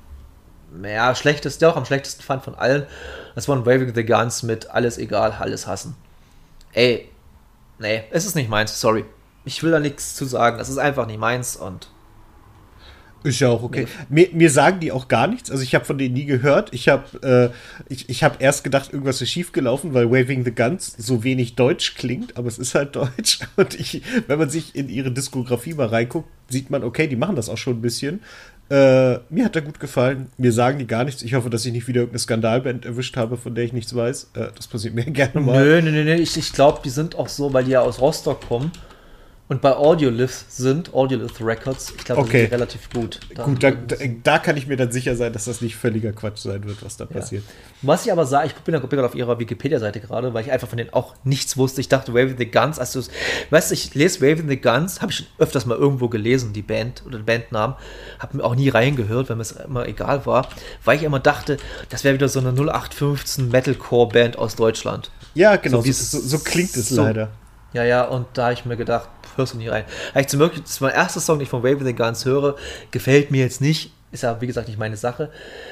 ja, schlechtest, der auch am schlechtesten fand von allen. Das war ein Waving the Guns mit Alles egal, alles hassen. Ey, nee, es ist nicht meins, sorry. Ich will da nichts zu sagen, es ist einfach nicht meins und Ist ja auch okay. Nee. Mir, mir sagen die auch gar nichts. Also ich habe von denen nie gehört. Ich habe äh, ich, ich hab erst gedacht, irgendwas ist schiefgelaufen, weil Waving the Guns so wenig deutsch klingt, aber es ist halt deutsch. Und ich, wenn man sich in ihre Diskografie mal reinguckt, sieht man, okay, die machen das auch schon ein bisschen. Äh, mir hat er gut gefallen. Mir sagen die gar nichts. Ich hoffe, dass ich nicht wieder irgendeine Skandalband erwischt habe, von der ich nichts weiß. Äh, das passiert mir gerne mal. Nö, nö, nö, nö. Ich, ich glaube, die sind auch so, weil die ja aus Rostock kommen und bei Audiolith sind, Audiolith Records. Ich glaube, okay. die sind relativ gut. Da, gut, da, da, da kann ich mir dann sicher sein, dass das nicht völliger Quatsch sein wird, was da ja. passiert. Was ich aber sage, ich bin ja gerade auf ihrer Wikipedia-Seite gerade, weil ich einfach von denen auch nichts wusste. Ich dachte, Waving the Guns, also es, weißt du, ich lese Waving the Guns, habe ich schon öfters mal irgendwo gelesen, die Band oder den Bandnamen, habe mir auch nie reingehört, weil mir es immer egal war, weil ich immer dachte, das wäre wieder so eine null acht fünfzehn Metalcore-Band aus Deutschland. Ja, genau, so, so, so klingt es so, leider. Ja, ja, und da habe ich mir gedacht, hörst du nie rein. Eigentlich zum Beispiel, das ist mein erster Song, den ich von Waving the Guns höre, gefällt mir jetzt nicht, ist ja, wie gesagt, nicht meine Sache,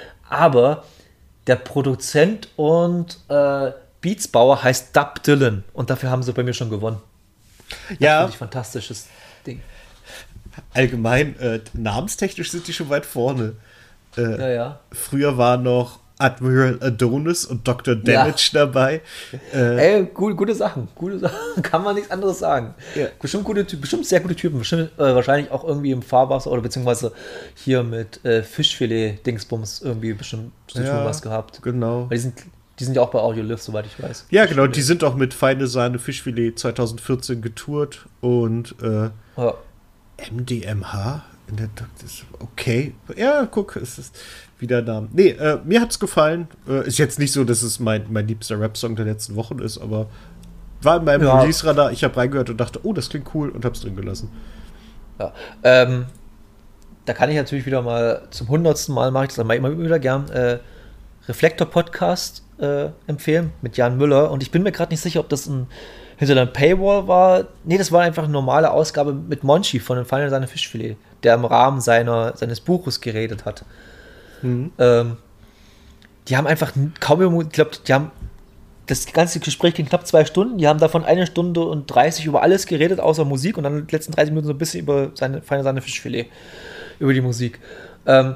aber der Produzent und äh, Beatsbauer heißt Dub Dylan und dafür haben sie bei mir schon gewonnen. Das ja. finde ich fantastisches Ding. Allgemein, äh, namenstechnisch sind die schon weit vorne. Äh, ja, ja. Früher war noch Admiral Adonis und Doktor Damage ja. dabei. Äh, Ey, gute, gute Sachen, gute Sachen, kann man nichts anderes sagen. Ja. Bestimmt, gute, bestimmt sehr gute Typen, bestimmt äh, wahrscheinlich auch irgendwie im Fahrwasser oder beziehungsweise hier mit äh, Fischfilet-Dingsbums irgendwie bestimmt zu ja, tun was gehabt. Genau. Weil die sind, die sind ja auch bei Audiolith, soweit ich weiß. Ja, genau, die sind auch mit Feine Sahne Fischfilet zwanzig vierzehn getourt und äh, ja. M D M H in der Doc- okay. Ja, guck, es ist wieder Namen. Nee, äh, mir hat's gefallen. Äh, ist jetzt nicht so, dass es mein, mein liebster Rap-Song der letzten Wochen ist, aber war in meinem ja. Release-Radar. Ich habe reingehört und dachte, oh, das klingt cool und hab's drin gelassen. Ja, ähm, da kann ich natürlich wieder mal zum hundertsten Mal, mache ich das dann immer wieder gern, äh, Reflektor-Podcast äh, empfehlen mit Jan Müller und ich bin mir gerade nicht sicher, ob das ein hinter der Paywall war. Nee, das war einfach eine normale Ausgabe mit Monchi von den Feine Sahne Fischfilet, der im Rahmen seiner, seines Buches geredet hat. Mhm. Ähm, die haben einfach kaum, ich glaube, die haben das ganze Gespräch ging knapp zwei Stunden, die haben davon eine Stunde und dreißig über alles geredet, außer Musik und dann die letzten dreißig Minuten so ein bisschen über seine Feine Sahne Fischfilet, über die Musik. Ähm,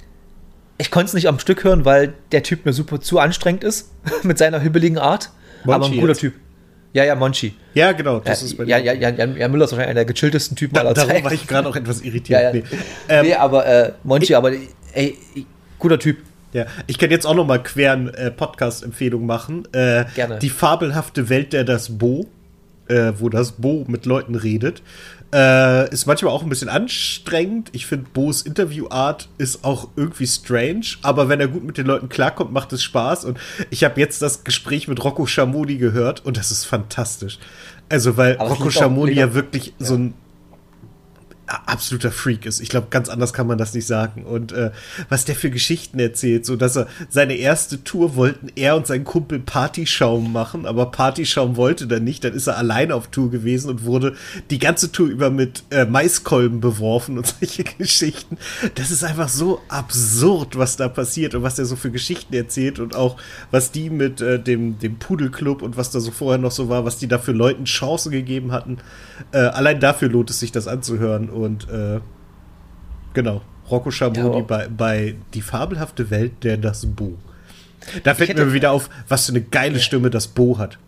ich konnte es nicht am Stück hören, weil der Typ mir super zu anstrengend ist, mit seiner hibbeligen Art, Monchi aber ein guter jetzt. Typ. Ja, ja, Monchi. Ja, genau. Das ja, ist bei ja, ja, ja, Jan Müller ist wahrscheinlich einer der gechilltesten Typen da, aller Zeiten. Darum war ich gerade auch etwas irritiert. ja, ja. Nee, ähm, nee aber äh, Monchi, aber ey, guter Typ. Ja, ich kann jetzt auch noch mal quer eine äh, Podcast-Empfehlung machen. Äh, Gerne. Die fabelhafte Welt der Das Bo, äh, wo das Bo mit Leuten redet. Äh, ist manchmal auch ein bisschen anstrengend. Ich finde, Bo's Interviewart ist auch irgendwie strange, aber wenn er gut mit den Leuten klarkommt, macht es Spaß. Und ich habe jetzt das Gespräch mit Rocco Schamoni gehört und das ist fantastisch. Also, weil aber Rocco Schamoni ja wirklich ja. so ein absoluter Freak ist. Ich glaube, ganz anders kann man das nicht sagen. Und äh, was der für Geschichten erzählt, so dass er seine erste Tour wollten er und sein Kumpel Partyschaum machen, aber Partyschaum wollte dann nicht. Dann ist er alleine auf Tour gewesen und wurde die ganze Tour über mit äh, Maiskolben beworfen und solche Geschichten. Das ist einfach so absurd, was da passiert und was der so für Geschichten erzählt und auch was die mit äh, dem, dem Pudelclub und was da so vorher noch so war, was die da für Leuten Chancen gegeben hatten. Äh, allein dafür lohnt es sich, das anzuhören. Und äh, genau, Rocco Schamoni ja, bei, bei Die fabelhafte Welt der Das Bo. Da fällt hätte, mir wieder auf, was für eine geile ja. Stimme das Bo hat.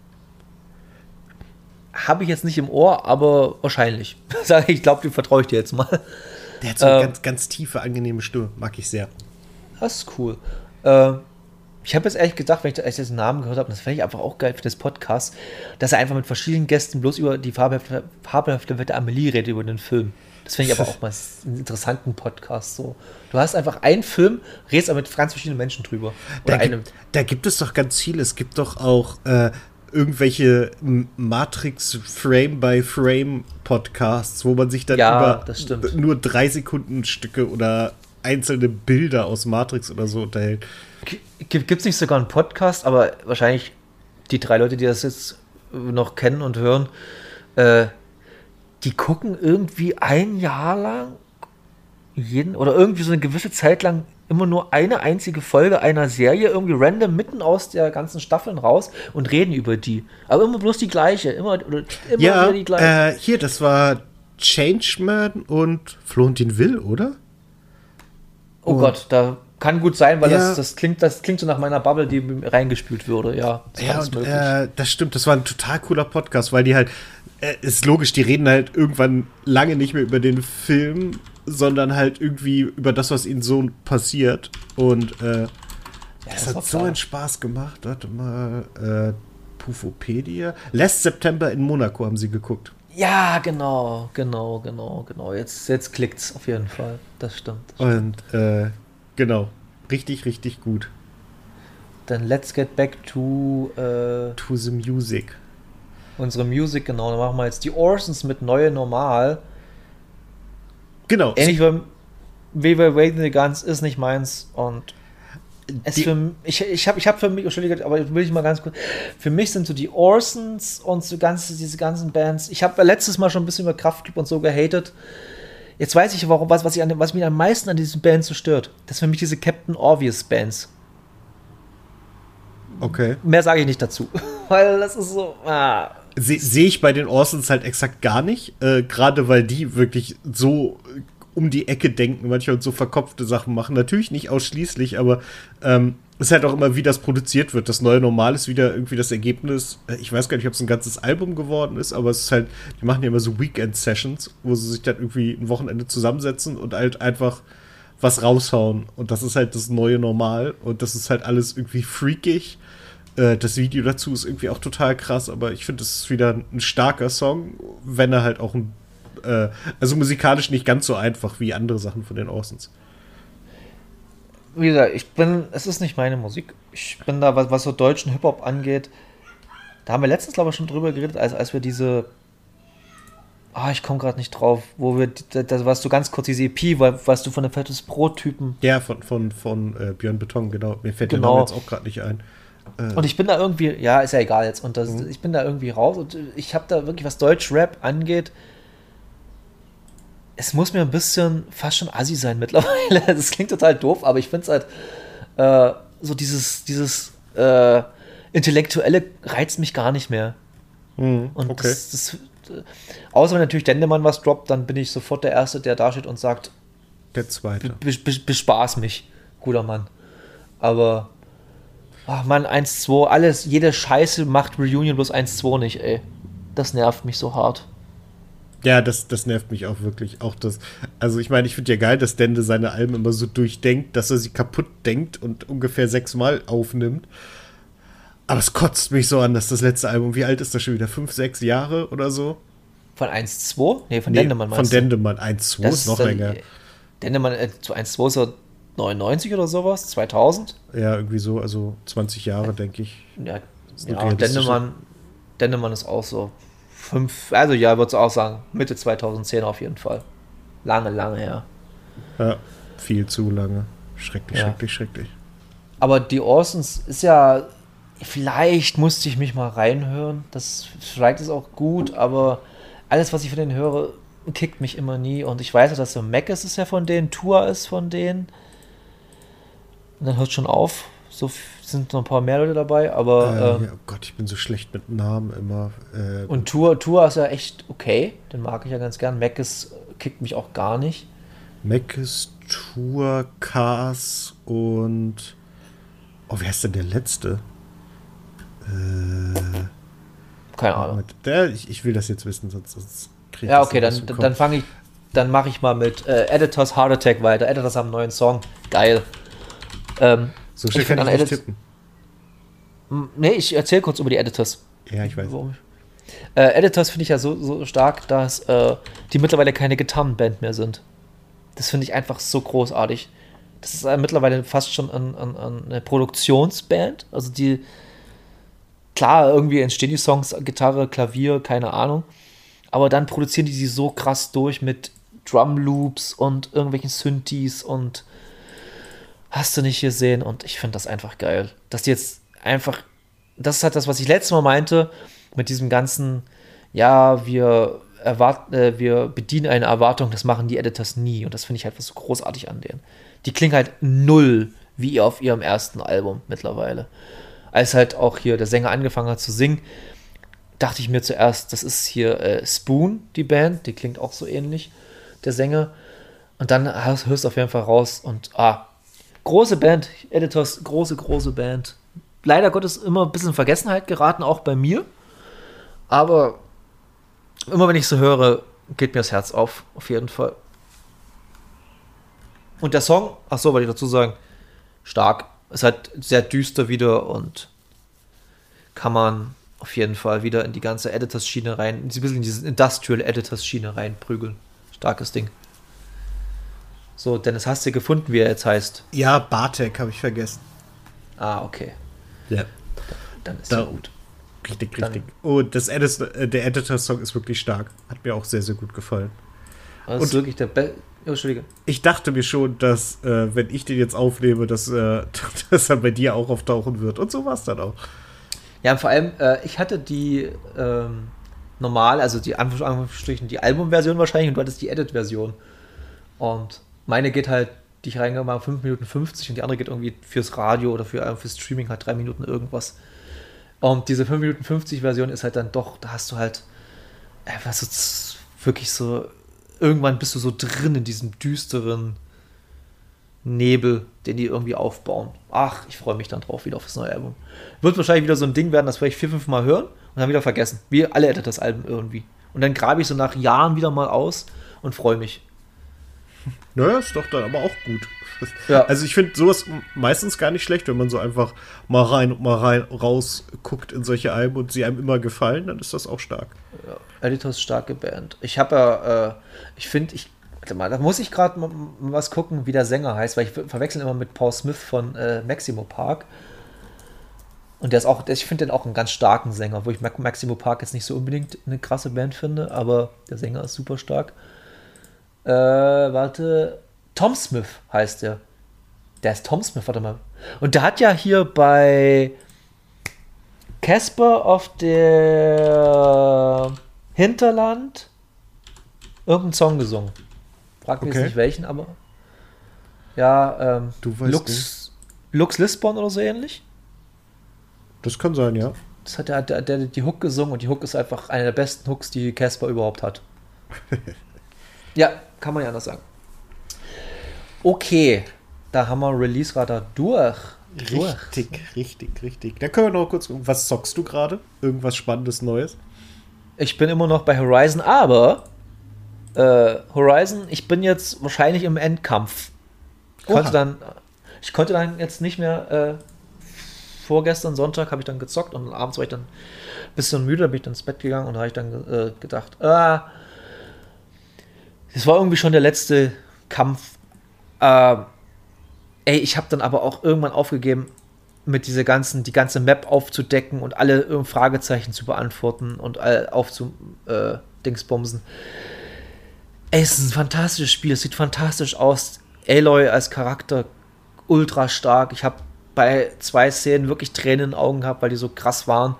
Habe ich jetzt nicht im Ohr, aber wahrscheinlich. Ich glaube, die vertraue ich dir jetzt mal. Der hat so eine ähm, ganz, ganz tiefe, angenehme Stimme. Mag ich sehr. Das ist cool. Ähm, ich habe jetzt ehrlich gedacht, wenn ich, als ich diesen Namen gehört habe, das fände ich einfach auch geil für das Podcast, dass er einfach mit verschiedenen Gästen bloß über die fabelhafte, fabelhafte Welt der Amelie redet, über den Film. Das finde ich aber auch mal einen interessanten Podcast. So. Du hast einfach einen Film, redest aber mit ganz verschiedenen Menschen drüber. Da, gibt, da gibt es doch ganz viel. Es gibt doch auch äh, irgendwelche Matrix-Frame-by-Frame-Podcasts, wo man sich dann ja, über nur drei Sekunden Stücke oder einzelne Bilder aus Matrix oder so unterhält. Gibt es nicht sogar einen Podcast, aber wahrscheinlich die drei Leute, die das jetzt noch kennen und hören, äh, die gucken irgendwie ein Jahr lang jeden oder irgendwie so eine gewisse Zeit lang immer nur eine einzige Folge einer Serie irgendwie random mitten aus der ganzen Staffeln raus und reden über die. Aber immer bloß die gleiche, immer, oder immer ja, wieder die gleiche. Äh, hier, das war Changeman und Florentin Will, oder? Oh Und Gott, da kann gut sein, weil Ja. das, das, klingt, das klingt so nach meiner Bubble, die reingespült würde. Ja, das Ja, alles und, möglich. äh, das stimmt. Das war ein total cooler Podcast, weil die halt, äh, ist logisch, die reden halt irgendwann lange nicht mehr über den Film, sondern halt irgendwie über das, was ihnen so passiert. Und äh, Ja, das war hat so klar. einen Spaß gemacht. Warte mal, äh, Pufopedia. Last September in Monaco haben sie geguckt. Ja, genau, genau, genau, genau. Jetzt, jetzt klickt's auf jeden Fall. Das stimmt. Das stimmt. Und äh, genau, richtig, richtig gut. Dann let's get back to äh, To the Music. unsere Music, genau. Dann machen wir jetzt die Orsons mit Neue Normal. Genau. Ähnlich wie wie bei Waiting the Guns ist nicht meins und es Die- für, ich ich habe ich hab für mich, Entschuldige, aber will ich mal ganz kurz, für mich sind so die Orsons und so ganz, diese ganzen Bands, ich habe letztes Mal schon ein bisschen über Kraftklub und so gehatet. Jetzt weiß ich, warum, was, was, ich an, was mich am meisten an diesen Bands so stört. Das sind für mich diese Captain Obvious Bands. Okay. Mehr sage ich nicht dazu, weil das ist so, ah. Se- Sehe ich bei den Orsons halt exakt gar nicht. Äh, Gerade weil die wirklich so äh, um die Ecke denken, manchmal und so verkopfte Sachen machen. Natürlich nicht ausschließlich, aber ähm, ist halt auch immer, wie das produziert wird. Das neue Normal ist wieder irgendwie das Ergebnis. Äh, ich weiß gar nicht, ob es ein ganzes Album geworden ist, aber es ist halt, die machen ja immer so Weekend-Sessions, wo sie sich dann irgendwie ein Wochenende zusammensetzen und halt einfach was raushauen. Und das ist halt das neue Normal. Und das ist halt alles irgendwie freakig. Äh, Das Video dazu ist irgendwie auch total krass, aber ich finde, es ist wieder ein starker Song, wenn er halt auch ein, äh, also musikalisch nicht ganz so einfach wie andere Sachen von den Orsons. Wie gesagt, ich bin, es ist nicht meine Musik. Ich bin da, was, was so deutschen Hip-Hop angeht, da haben wir letztens, glaube ich, schon drüber geredet, als, als wir diese, ah, ich komme gerade nicht drauf, wo wir, das warst du ganz kurz, diese E P, weil, was du von den Fettes Brot-Typen. Ja, von, von, von äh, Björn Beton, genau. Mir fällt Genau. der Name jetzt auch gerade nicht ein. Und ich bin da irgendwie, ja, ist ja egal jetzt, und das, ich bin da irgendwie raus und ich habe da wirklich, was Deutsch-Rap angeht, es muss mir ein bisschen fast schon assi sein mittlerweile. Das klingt total doof, aber ich finde es halt äh, so dieses, dieses äh, Intellektuelle reizt mich gar nicht mehr. Mhm, Und okay. das, das, äh, außer wenn natürlich Dendemann was droppt, dann bin ich sofort der Erste, der da steht und sagt, Der zweite. be be bespaß mich, guter Mann. Aber, ach Mann, eins zwei, alles, jede Scheiße macht Reunion bloß eins zwei nicht, ey. Das nervt mich so hart. Ja, das, das nervt mich auch wirklich. Auch das, also ich meine, ich finde ja geil, dass Dende seine Alben immer so durchdenkt, dass er sie kaputt denkt und ungefähr sechsmal aufnimmt. Aber es kotzt mich so an, dass das letzte Album, wie alt ist das schon wieder? Fünf, sechs Jahre oder so? Von eins zwei? Nee, von Nee, Dendemann Von meinst du? Dendemann. eins, zwei ist noch dann- länger. Dendemann äh, zu eins zwei ist ja neunundneunzig oder sowas, zweitausend. Ja, irgendwie so, also zwanzig Jahre, denke ich. Ja, ist eine ja realistische- Dendemann, Dendemann ist auch so fünf, also ja, würde ich auch sagen, Mitte zweitausendzehn auf jeden Fall. Lange, lange her. Ja, viel zu lange. Schrecklich, Ja. schrecklich, schrecklich. Aber die Orsons ist ja, vielleicht musste ich mich mal reinhören, das vielleicht ist auch gut, aber alles, was ich von denen höre, kickt mich immer nie. Und ich weiß ja, dass so Mac ist, ist ja von denen, Tour ist von denen. Und dann hört schon auf. So f- sind noch ein paar mehr Leute dabei, aber Äh, ähm, ja, oh Gott, ich bin so schlecht mit Namen immer. Äh, und Tour, Tour ist ja echt okay. Den mag ich ja ganz gern. Mac ist, kickt mich auch gar nicht. Meckes, Tour, Cars und. Oh, wer ist denn der letzte? Äh, Keine Ahnung. mit, der, ich, ich will das jetzt wissen, sonst, sonst krieg ich Ja, das okay, nicht aus dann, dem dann Kopf. fange ich, dann mache ich mal mit äh, Editors Heart Attack weiter. Editors haben einen neuen Song. Geil. Ähm, So schnell ich kann find ich an nicht Edit- tippen. m- nee, ich erzähle kurz über die Editors. Ja, ich weiß. Warum ich- Äh, Editors finde ich ja so, so stark, dass äh, die mittlerweile keine Gitarrenband mehr sind. Das finde ich einfach so großartig. Das ist äh, mittlerweile fast schon an, an, an eine Produktionsband. Also die, klar, irgendwie entstehen die Songs, Gitarre, Klavier, keine Ahnung. Aber dann produzieren die sie so krass durch mit Drumloops und irgendwelchen Synthes und hast du nicht gesehen. Und ich finde das einfach geil. Dass die jetzt einfach, das ist halt das, was ich letztes Mal meinte, mit diesem ganzen, ja, wir erwarten, äh, wir bedienen eine Erwartung, das machen die Editors nie. Und das finde ich halt was so großartig an denen. Die klingen halt null wie auf ihrem ersten Album mittlerweile. Als halt auch hier der Sänger angefangen hat zu singen, dachte ich mir zuerst, das ist hier äh, Spoon, die Band, die klingt auch so ähnlich, der Sänger. Und dann hörst hörst du auf jeden Fall raus und ah, große Band, Editors, große, große Band. Leider Gottes immer ein bisschen in Vergessenheit geraten, auch bei mir. Aber immer wenn ich so höre, geht mir das Herz auf, auf jeden Fall. Und der Song, ach so, wollte ich dazu sagen, stark. Ist halt sehr düster wieder und kann man auf jeden Fall wieder in die ganze Editors-Schiene rein, ein bisschen in diese Industrial-Editors-Schiene reinprügeln. Starkes Ding. So, Dennis, hast du gefunden, wie er jetzt heißt? Ja, Bartek habe ich vergessen. Ah, okay. Ja. Dann ist Da- ja gut. Richtig, Dann- richtig. Und das Edis, äh, der Editor-Song ist wirklich stark. Hat mir auch sehr, sehr gut gefallen. Das Und- ist wirklich der Be oh, Entschuldige. Ich dachte mir schon, dass, äh, wenn ich den jetzt aufnehme, dass, äh, dass er bei dir auch auftauchen wird. Und so war es dann auch. Ja, und vor allem, äh, ich hatte die ähm, normal, also die Anf- Anführungsstrichen, die Albumversion wahrscheinlich und du hattest die Edit-Version. Und meine geht halt, die ich reingemacht habe, fünf Minuten fünfzig und die andere geht irgendwie fürs Radio oder für, äh, fürs Streaming halt drei Minuten irgendwas. Und diese fünf Minuten fünfzig Version ist halt dann doch, da hast du halt einfach so z- wirklich so, irgendwann bist du so drin in diesem düsteren Nebel, den die irgendwie aufbauen. Ach, ich freue mich dann drauf wieder auf das neue Album. Wird wahrscheinlich wieder so ein Ding werden, das werde ich vier, fünf Mal hören und dann wieder vergessen. Wie alle Editors-Alben irgendwie. Und dann grabe ich so nach Jahren wieder mal aus und freue mich. Naja, ist doch dann aber auch gut. Ja. Also ich finde sowas meistens gar nicht schlecht, wenn man so einfach mal rein und mal rein raus guckt in solche Alben und sie einem immer gefallen, dann ist das auch stark. Ja, Editors starke Band. Ich habe ja, äh, ich finde, ich, warte mal, da muss ich gerade mal was gucken, wie der Sänger heißt, weil ich ver- verwechsel immer mit Paul Smith von äh, Maximo Park. Und der ist auch, der- ich finde den auch einen ganz starken Sänger, wo ich Mac- Maximo Park jetzt nicht so unbedingt eine krasse Band finde, aber der Sänger ist super stark. Äh, warte, Tom Smith heißt der. Der ist Tom Smith, warte mal. Und der hat ja hier bei Casper auf der Hinterland irgendeinen Song gesungen. Frag mich Okay. jetzt nicht welchen, aber ja, ähm, Du weißt Lux, Lux Lisbon oder so ähnlich. Das kann sein, ja. Das hat der, der, der die Hook gesungen und die Hook ist einfach eine der besten Hooks, die Casper überhaupt hat. Ja, kann man ja anders sagen. Okay, da haben wir Release-Radar durch. durch. Richtig, richtig, richtig. Da können wir noch kurz gucken. Was zockst du gerade? Irgendwas Spannendes Neues? Ich bin immer noch bei Horizon, aber äh, Horizon, ich bin jetzt wahrscheinlich im Endkampf. Ich konnte Oha. dann, ich konnte dann jetzt nicht mehr, äh, vorgestern Sonntag habe ich dann gezockt und abends war ich dann ein bisschen müde, da bin ich dann ins Bett gegangen und da habe ich dann äh, gedacht, ah, das war irgendwie schon der letzte Kampf. Äh, ey, ich habe dann aber auch irgendwann aufgegeben, mit dieser ganzen, die ganze Map aufzudecken und alle äh, Fragezeichen zu beantworten und all aufzu äh, Dingsbumsen. Ey, es ist ein fantastisches Spiel, es sieht fantastisch aus. Aloy als Charakter ultra stark. Ich habe bei zwei Szenen wirklich Tränen in den Augen gehabt, weil die so krass waren.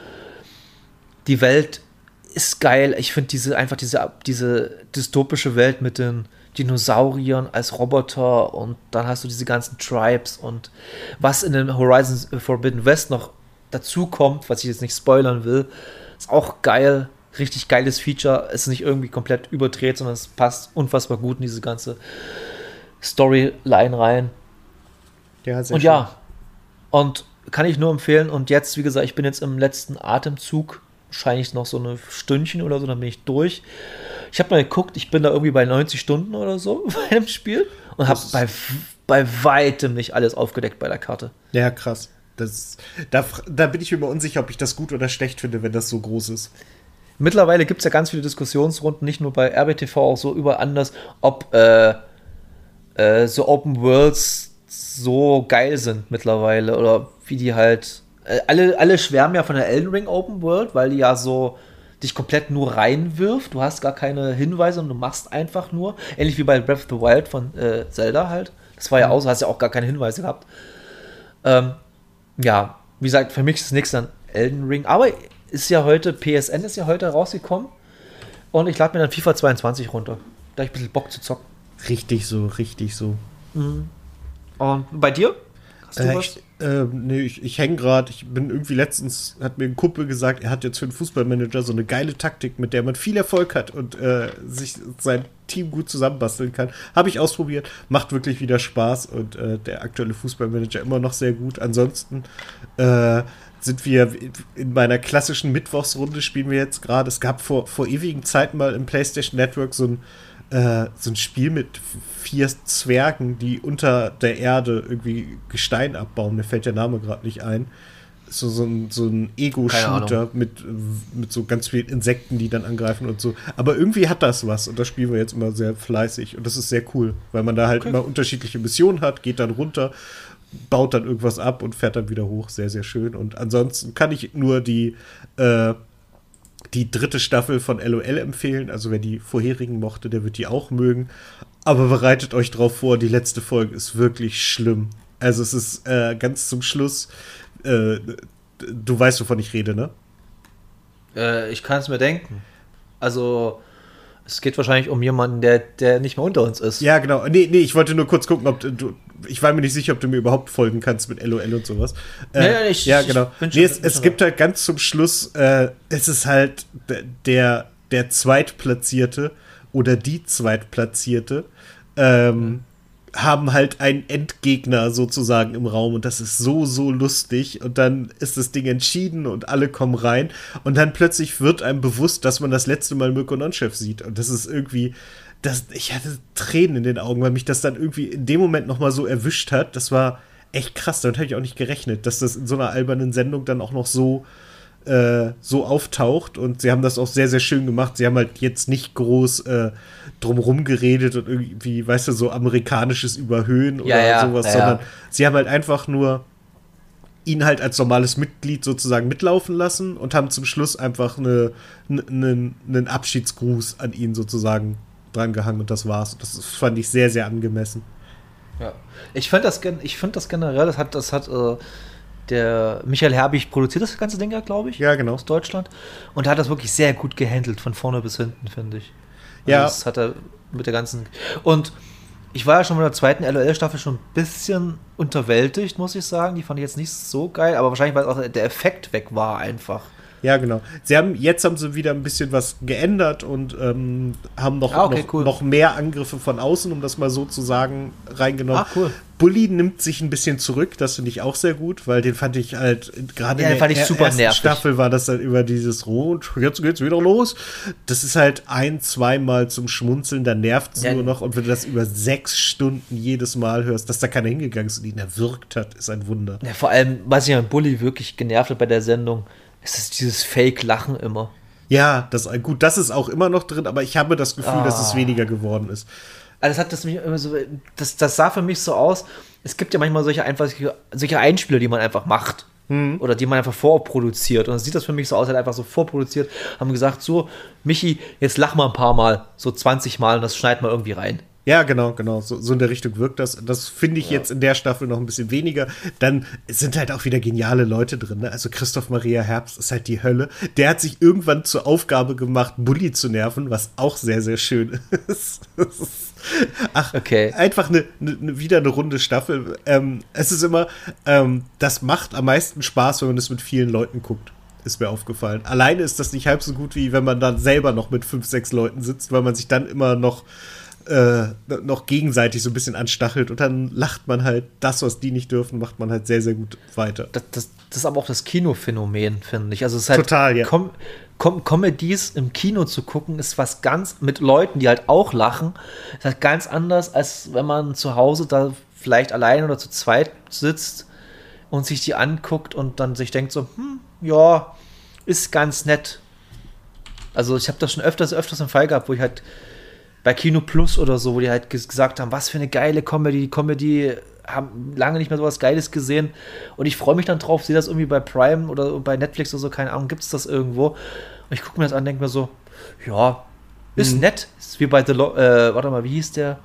Die Welt ist geil. Ich finde diese einfach diese, diese dystopische Welt mit den Dinosauriern als Roboter und dann hast du diese ganzen Tribes und was in den Horizon Forbidden West noch dazu kommt, was ich jetzt nicht spoilern will, ist auch geil. Richtig geiles Feature. Es ist nicht irgendwie komplett überdreht, sondern es passt unfassbar gut in diese ganze Storyline rein. Ja, sehr Und schön. ja, und kann ich nur empfehlen. Und jetzt, wie gesagt, ich bin jetzt im letzten Atemzug. Wahrscheinlich noch so eine Stündchen oder so, dann bin ich durch. Ich habe mal geguckt, ich bin da irgendwie bei neunzig Stunden oder so bei dem Spiel und habe Das ist- bei, bei weitem nicht alles aufgedeckt bei der Karte. Ja, krass. Das, da, da bin ich mir immer unsicher, ob ich das gut oder schlecht finde, wenn das so groß ist. Mittlerweile gibt es ja ganz viele Diskussionsrunden, nicht nur bei R B T V, auch so überall anders, ob äh, äh, so Open Worlds so geil sind mittlerweile oder wie die halt. Äh, alle, alle schwärmen ja von der Elden Ring Open World, weil die ja so dich komplett nur reinwirft. Du hast gar keine Hinweise und du machst einfach nur. Ähnlich wie bei Breath of the Wild von äh, Zelda halt. Das war ja auch so, hast ja auch gar keine Hinweise gehabt. Ähm, ja, wie gesagt, für mich ist nichts an Elden Ring. Aber ist ja heute, P S N ist ja heute rausgekommen. Und ich lade mir dann FIFA zweiundzwanzig runter. Da hab ich ein bisschen Bock zu zocken. Richtig so, richtig so. Und bei dir? Hast du äh, was? Ich, äh, nee, ich, ich hänge gerade, ich bin irgendwie letztens, hat mir ein Kumpel gesagt, er hat jetzt für einen Fußballmanager so eine geile Taktik, mit der man viel Erfolg hat und äh, sich sein Team gut zusammenbasteln kann. Habe ich ausprobiert, macht wirklich wieder Spaß und äh, der aktuelle Fußballmanager immer noch sehr gut. Ansonsten äh, sind wir in meiner klassischen Mittwochsrunde, spielen wir jetzt gerade. Es gab vor, vor ewigen Zeiten mal im PlayStation Network so ein äh, so ein Spiel mit vier Zwergen, die unter der Erde irgendwie Gestein abbauen. Mir fällt der Name gerade nicht ein. So, so ein, so ein Ego-Shooter mit, mit so ganz vielen Insekten, die dann angreifen und so. Aber irgendwie hat das was und das spielen wir jetzt immer sehr fleißig und das ist sehr cool, weil man da halt okay. immer unterschiedliche Missionen hat, geht dann runter, baut dann irgendwas ab und fährt dann wieder hoch. Sehr, sehr schön. Und ansonsten kann ich nur die äh, die dritte Staffel von L O L empfehlen. Also wer die vorherigen mochte, der wird die auch mögen. Aber bereitet euch drauf vor, die letzte Folge ist wirklich schlimm. Also es ist äh, ganz zum Schluss, äh, du weißt, wovon ich rede, ne? Äh, ich kann es mir denken. Also es geht wahrscheinlich um jemanden, der, der nicht mehr unter uns ist. Ja, genau. Nee, nee, ich wollte nur kurz gucken, ob du, ich war mir nicht sicher, ob du mir überhaupt folgen kannst mit L O L und sowas. Äh, nee, ich, ja, genau. Ich bin schon, nee, es, bin es gibt halt ganz zum Schluss, äh, es ist halt der, der Zweitplatzierte oder die Zweitplatzierte, ähm, mhm. haben halt einen Endgegner sozusagen im Raum und das ist so, so lustig und dann ist das Ding entschieden und alle kommen rein und dann plötzlich wird einem bewusst, dass man das letzte Mal Mirko Nonchef sieht und das ist irgendwie, das, ich hatte Tränen in den Augen, weil mich das dann irgendwie in dem Moment nochmal so erwischt hat, das war echt krass, damit habe ich auch nicht gerechnet, dass das in so einer albernen Sendung dann auch noch so äh, so auftaucht und sie haben das auch sehr, sehr schön gemacht. Sie haben halt jetzt nicht groß äh, drumrum geredet und irgendwie, weißt du, so amerikanisches Überhöhen ja, oder ja, sowas, ja, sondern ja. sie haben halt einfach nur ihn halt als normales Mitglied sozusagen mitlaufen lassen und haben zum Schluss einfach eine, eine, einen Abschiedsgruß an ihn sozusagen drangehangen und das war's. Das fand ich sehr, sehr angemessen. Ja, ich fand das, ich find das generell, das hat, das hat äh, der Michael Herbig produziert das ganze Ding ja, glaube ich. Ja, genau. Aus Deutschland. Und er hat das wirklich sehr gut gehandelt, von vorne bis hinten, finde ich. Also ja. Das hat er mit der ganzen. Und ich war ja schon mit der zweiten L O L-Staffel schon ein bisschen unterwältigt, muss ich sagen. Die fand ich jetzt nicht so geil, aber wahrscheinlich, weil auch der Effekt weg war einfach. Ja, genau. Sie haben, jetzt haben sie wieder ein bisschen was geändert und ähm, haben noch, ah, okay, noch, cool. noch mehr Angriffe von außen, um das mal so zu sagen, reingenommen. Ah, cool. Bully nimmt sich ein bisschen zurück, das finde ich auch sehr gut, weil den fand ich halt, gerade ja, in der ich super ersten nervig. Staffel war das dann über dieses Rot, jetzt geht's wieder los. Das ist halt ein, zweimal zum Schmunzeln, da nervt es ja. nur noch und wenn du das über sechs Stunden jedes Mal hörst, dass da keiner hingegangen ist und ihn erwürgt hat, ist ein Wunder. Ja, vor allem, was ich an Bully wirklich genervt hat bei der Sendung, es ist dieses Fake-Lachen immer. Ja, das, gut, das ist auch immer noch drin, aber ich habe das Gefühl, ah. dass es weniger geworden ist. Also das hat das mich immer so, das, das sah für mich so aus, es gibt ja manchmal solche, einfach, solche Einspieler, die man einfach macht. Hm. Oder die man einfach vorproduziert. Und dann sieht das für mich so aus, halt einfach so vorproduziert, haben gesagt, so, Michi, jetzt lach mal ein paar Mal, so zwanzig Mal und das schneid mal irgendwie rein. Ja, genau, genau. So, so in der Richtung wirkt das. Das finde ich ja. jetzt in der Staffel noch ein bisschen weniger. Dann sind halt auch wieder geniale Leute drin. Ne? Also Christoph Maria Herbst ist halt die Hölle. Der hat sich irgendwann zur Aufgabe gemacht, Bully zu nerven, was auch sehr, sehr schön ist. Ach, okay. Einfach eine, eine, wieder eine runde Staffel. Ähm, es ist immer, ähm, das macht am meisten Spaß, wenn man es mit vielen Leuten guckt. Ist mir aufgefallen. Alleine ist das nicht halb so gut, wie wenn man dann selber noch mit fünf, sechs Leuten sitzt, weil man sich dann immer noch Äh, noch gegenseitig so ein bisschen anstachelt und dann lacht man halt das, was die nicht dürfen, macht man halt sehr, sehr gut weiter. Das, das, das ist aber auch das Kinophänomen, finde ich. Also es ist halt total, ja. Com- Com- Comedies im Kino zu gucken, ist was ganz, mit Leuten, die halt auch lachen, ist halt ganz anders, als wenn man zu Hause da vielleicht allein oder zu zweit sitzt und sich die anguckt und dann sich denkt so, hm, ja, ist ganz nett. Also ich habe das schon öfters, öfters im Fall gehabt, wo ich halt bei Kino Plus oder so, wo die halt gesagt haben, was für eine geile Comedy, die Comedy, haben lange nicht mehr sowas Geiles gesehen und ich freue mich dann drauf, sehe das irgendwie bei Prime oder bei Netflix oder so, keine Ahnung, gibt es das irgendwo und ich gucke mir das an und denke mir so, ja, ist mhm. nett, ist wie bei The, Lo- äh, warte mal, wie hieß der?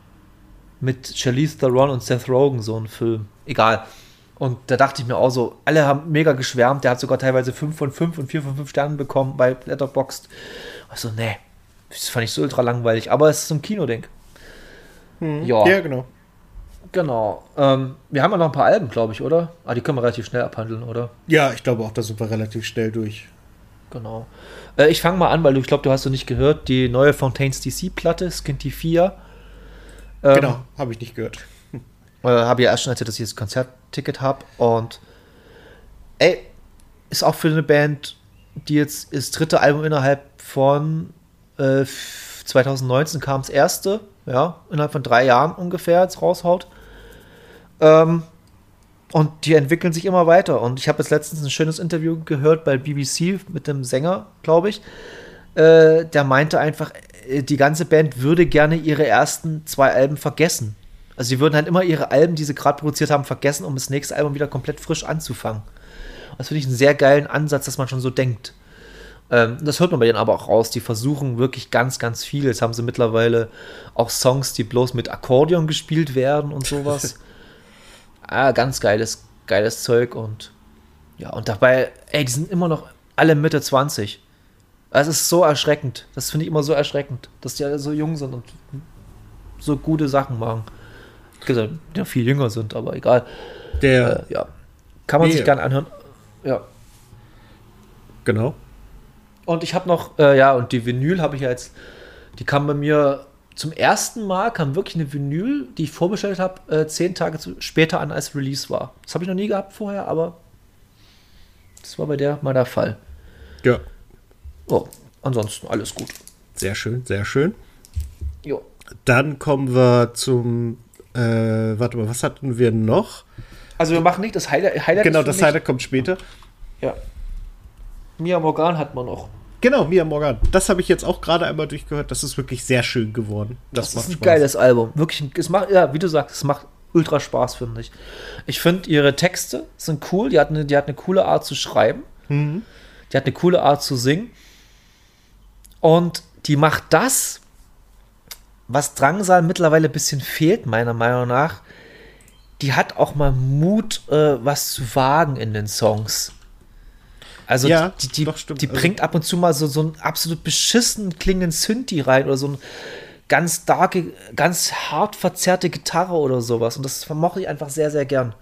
Mit Charlize Theron und Seth Rogen, so ein Film, egal. Und da dachte ich mir auch so, alle haben mega geschwärmt, der hat sogar teilweise fünf von fünf und vier von fünf Sternen bekommen bei Letterboxd. Also, nee. Das fand ich so ultra langweilig, aber es ist so ein Kinoding. Hm. Ja. Ja, genau. Genau. Ähm, wir haben ja noch ein paar Alben, glaube ich, oder? Ah, die können wir relativ schnell abhandeln, oder? Ja, ich glaube auch, da sind wir relativ schnell durch. Genau. Äh, ich fange mal an, weil du, ich glaube, du hast noch nicht gehört, die neue Fontaines D C-Platte, Skinty vier. Ähm, Genau, habe ich nicht gehört. Äh, habe ja erst schon erzählt, dass ich das Konzertticket habe. Und ey, ist auch für eine Band, die jetzt das dritte Album innerhalb von äh, zwanzig neunzehn kam, das erste, ja, innerhalb von drei Jahren ungefähr jetzt raushaut. Ähm, und die entwickeln sich immer weiter. Und ich habe jetzt letztens ein schönes Interview gehört bei B B C mit dem Sänger, glaube ich. Äh, der meinte einfach, die ganze Band würde gerne ihre ersten zwei Alben vergessen. Also sie würden halt immer ihre Alben, die sie gerade produziert haben, vergessen, um das nächste Album wieder komplett frisch anzufangen. Das finde ich einen sehr geilen Ansatz, dass man schon so denkt. Ähm, das hört man bei denen aber auch raus. Die versuchen wirklich ganz, ganz viel. Jetzt haben sie mittlerweile auch Songs, die bloß mit Akkordeon gespielt werden und sowas. ah, ganz geiles, geiles Zeug. Und ja, und dabei, ey, die sind immer noch alle Mitte zwanzig. Das ist so erschreckend. Das finde ich immer so erschreckend, dass die alle so jung sind und so gute Sachen machen. Gesagt, ja, viel jünger sind, aber egal. Der, äh, ja, kann man nee. sich gerne anhören. Ja. Genau. Und ich habe noch, äh, ja, und die Vinyl habe ich ja jetzt, die kam bei mir zum ersten Mal, kam wirklich eine Vinyl, die ich vorbestellt habe, äh, zehn Tage zu, später an, als Release war. Das habe ich noch nie gehabt vorher, aber das war bei der mal der Fall. Ja. Oh, ansonsten alles gut. Sehr schön, sehr schön. Jo. Dann kommen wir zum, äh, warte mal, was hatten wir noch? Also wir machen nicht das Highlight. Highlight Genau, ist für das mich- Highlight kommt später. Ja. Mia Morgan hat man noch. Genau, Mia Morgan. Das habe ich jetzt auch gerade einmal durchgehört. Das ist wirklich sehr schön geworden. Das, Das, macht ist ein Spaß. geiles Album. Wirklich, ein- es macht, ja, wie du sagst, es macht ultra Spaß, finde ich. Ich finde, ihre Texte sind cool. Die hat, eine, die hat eine coole Art zu schreiben. Mhm. Die hat eine coole Art zu singen. Und die macht das, was Drangsal mittlerweile ein bisschen fehlt, meiner Meinung nach. Die hat auch mal Mut, äh, was zu wagen in den Songs. Also Ja, die, die, doch, stimmt. die Also- bringt ab und zu mal so, so einen absolut beschissen klingenden Synthi rein oder so eine ganz darke, ganz hart verzerrte Gitarre oder sowas. Und das vermochte ich einfach sehr, sehr gern.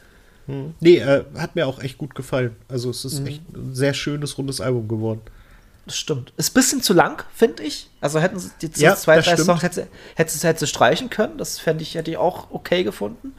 Nee, äh, hat mir auch echt gut gefallen. Also es Mhm. ist echt ein sehr schönes, rundes Album geworden. Das stimmt. Ist ein bisschen zu lang, finde ich. Also hätten sie die Ja, zwei, das drei stimmt. Songs hätte, hätte, sie- hätte sie streichen können. Das fände ich, hätte ich auch okay gefunden.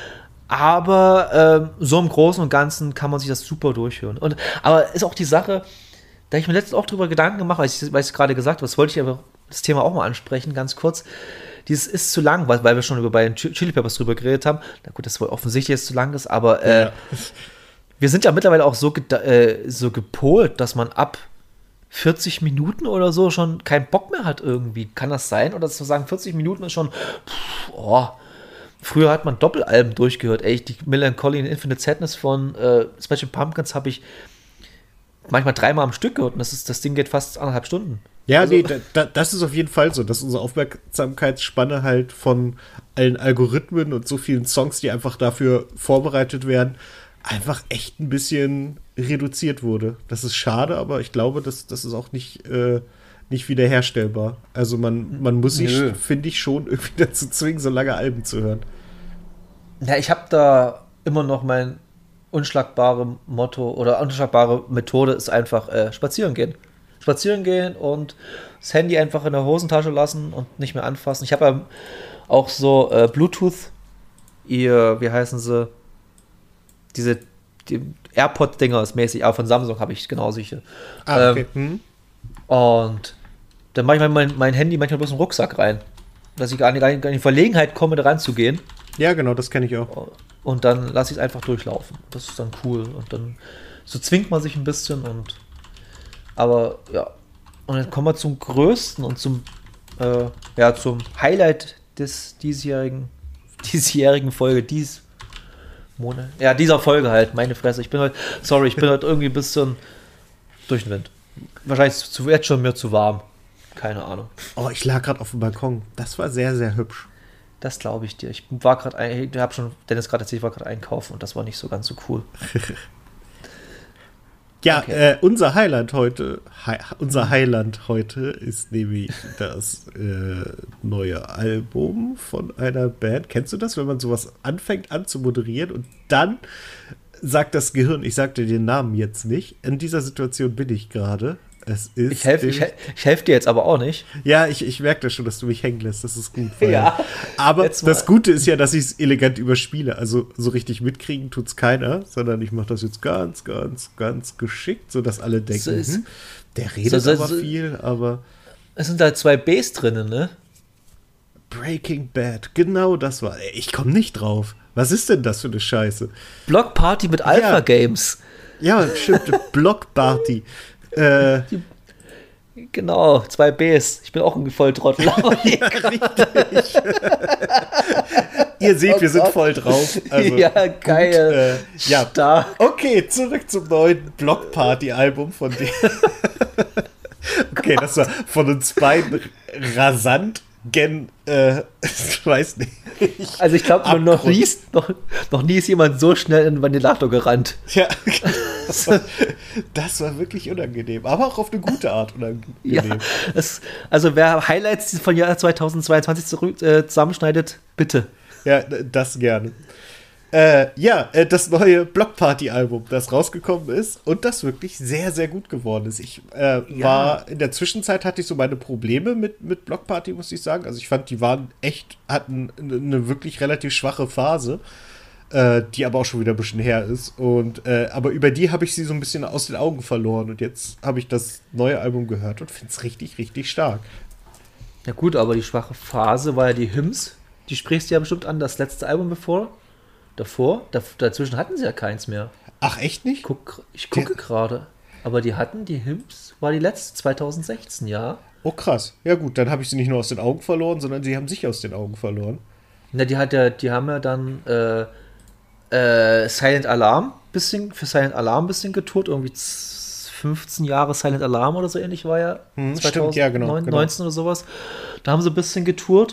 Aber ähm, so im Großen und Ganzen kann man sich das super durchhören. Und, aber ist auch die Sache, da ich mir letztens auch drüber Gedanken gemacht, weil ich, weil ich gerade gesagt habe, das wollte ich aber das Thema auch mal ansprechen, ganz kurz. Dieses ist zu lang, weil, weil wir schon über bei den Ch- Chili Peppers drüber geredet haben. Na gut, das wohl offensichtlich jetzt zu lang ist, aber äh, Ja. wir sind ja mittlerweile auch so, geda- äh, so gepolt, dass man ab vierzig Minuten oder so schon keinen Bock mehr hat irgendwie. Kann das sein? Oder zu sagen, vierzig Minuten ist schon, pff, oh. Früher hat man Doppelalben durchgehört. Ey, die Melancholy and Infinite Sadness von äh, Smashing Pumpkins habe ich manchmal dreimal am Stück gehört und das, ist, das Ding geht fast anderthalb Stunden. Ja, Also- nee, da, da, das ist auf jeden Fall so, dass unsere Aufmerksamkeitsspanne halt von allen Algorithmen und so vielen Songs, die einfach dafür vorbereitet werden, einfach echt ein bisschen reduziert wurde. Das ist schade, aber ich glaube, das, das ist auch nicht, äh, nicht wiederherstellbar. Also man, man muss sich, Nö. finde ich, schon irgendwie dazu zwingen, so lange Alben zu hören. Ja, ich habe da immer noch mein unschlagbare Motto oder unschlagbare Methode ist einfach äh, spazieren gehen. Spazieren gehen und das Handy einfach in der Hosentasche lassen und nicht mehr anfassen. Ich habe ja auch so äh, Bluetooth, ihr, wie heißen sie, diese die AirPod-Dinger ist mäßig, aber von Samsung habe ich genau solche. Ah, okay. Ähm, Hm. Und dann mache ich mein, mein Handy manchmal bloß in den Rucksack rein, dass ich gar nicht, gar nicht in die Verlegenheit komme, da ranzugehen. Ja, genau, das kenne ich auch. Und dann lasse ich es einfach durchlaufen. Das ist dann cool. Und dann so zwingt man sich ein bisschen und aber ja. Und dann kommen wir zum größten und zum äh, ja, zum Highlight des diesjährigen diesjährigen Folge, dies Monat. Ja, dieser Folge halt, meine Fresse. Ich bin heute, sorry, ich bin heute irgendwie ein bisschen durch den Wind. Wahrscheinlich zu, jetzt schon mir zu warm. Keine Ahnung. Oh, ich lag gerade auf dem Balkon. Das war sehr, sehr hübsch. Das glaube ich dir. Ich war gerade, ich habe schon Dennis gerade erzählt, ich war gerade einkaufen und das war nicht so ganz so cool. Ja, Okay. äh, unser Highlight heute, hi, unser Highlight heute ist nämlich das äh, neue Album von einer Band. Kennst du das, wenn man sowas anfängt an zu moderieren und dann sagt das Gehirn, ich sag dir den Namen jetzt nicht. In dieser Situation bin ich gerade. Es ist Ich helfe ich, hel- ich helf dir jetzt aber auch nicht. Ja, ich, ich merke das schon, dass du mich hängen lässt. Das ist gut. Weil, Ja, aber jetzt mal. das Gute ist ja, dass ich es elegant überspiele. Also so richtig mitkriegen tut's keiner, sondern ich mache das jetzt ganz, ganz, ganz geschickt, sodass alle denken, So ist- hm, der redet so- so- aber so- viel, aber Es sind da zwei Bs drinnen, ne? Breaking Bad, genau das war. Ey, ich komme nicht drauf. Was ist denn das für eine Scheiße? Block Party mit Alpha Ja. Games. Ja, stimmt, Blockparty. Äh, Genau, zwei Bs. Ich bin auch ein Volltrottel. aber ja, richtig. Ihr seht, Oh wir sind Gott. voll drauf. Also, Ja, geil. Gut, äh, ja, Stark. okay, zurück zum neuen Blockparty-Album von dir. Okay, das war von uns beiden rasant gen, äh, ich weiß nicht. Also ich glaube, noch, Abgrund. nie ist- noch, noch nie ist jemand so schnell in den Ventilator gerannt. Ja, das war, das war wirklich unangenehm, aber auch auf eine gute Art unangenehm. Ja, es, also wer Highlights von Jahr zweitausendzweiundzwanzig zurück, äh, zusammenschneidet, bitte. Ja, das gerne. Äh, ja, äh, das neue Blockparty-Album, das rausgekommen ist und das wirklich sehr, sehr gut geworden ist. Ich äh, Ja. war, in der Zwischenzeit hatte ich so meine Probleme mit, mit Blockparty, muss ich sagen. Also ich fand, die waren echt, hatten eine, eine wirklich relativ schwache Phase, äh, die aber auch schon wieder ein bisschen her ist. Und, äh, aber über die habe ich sie so ein bisschen aus den Augen verloren und jetzt habe ich das neue Album gehört und finde es richtig, richtig stark. Ja gut, aber die schwache Phase war ja die Hymns. Die sprichst du ja bestimmt an, das letzte Album bevor. Davor, da, dazwischen hatten sie ja keins mehr. Ach, echt nicht? Ich, guck, ich gucke gerade. Aber die hatten, die Hymns war die letzte, zweitausendsechzehn, ja. Oh, krass. Ja gut, dann habe ich sie nicht nur aus den Augen verloren, sondern sie haben sich aus den Augen verloren. Na, die hat ja, die haben ja dann äh, äh, Silent Alarm bisschen, für Silent Alarm ein bisschen getourt, irgendwie z- fünfzehn Jahre Silent Alarm oder so ähnlich war ja. Hm, stimmt, ja, genau, genau. neunzehn oder sowas. Da haben sie ein bisschen getourt.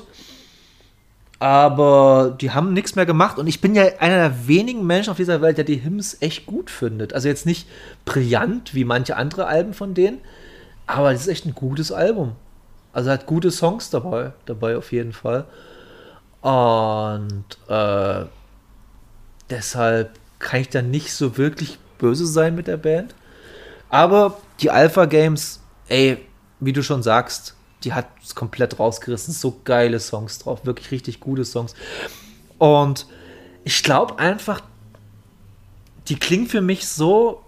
Aber die haben nichts mehr gemacht und ich bin ja einer der wenigen Menschen auf dieser Welt, der die Hymns echt gut findet. Also jetzt nicht brillant wie manche andere Alben von denen, aber das ist echt ein gutes Album. Also hat gute Songs dabei, dabei auf jeden Fall. Und äh, deshalb kann ich da nicht so wirklich böse sein mit der Band. Aber die Alpha Games, ey, wie du schon sagst, die hat es komplett rausgerissen. So geile Songs drauf, wirklich richtig gute Songs. Und ich glaube einfach, die klingen für mich so,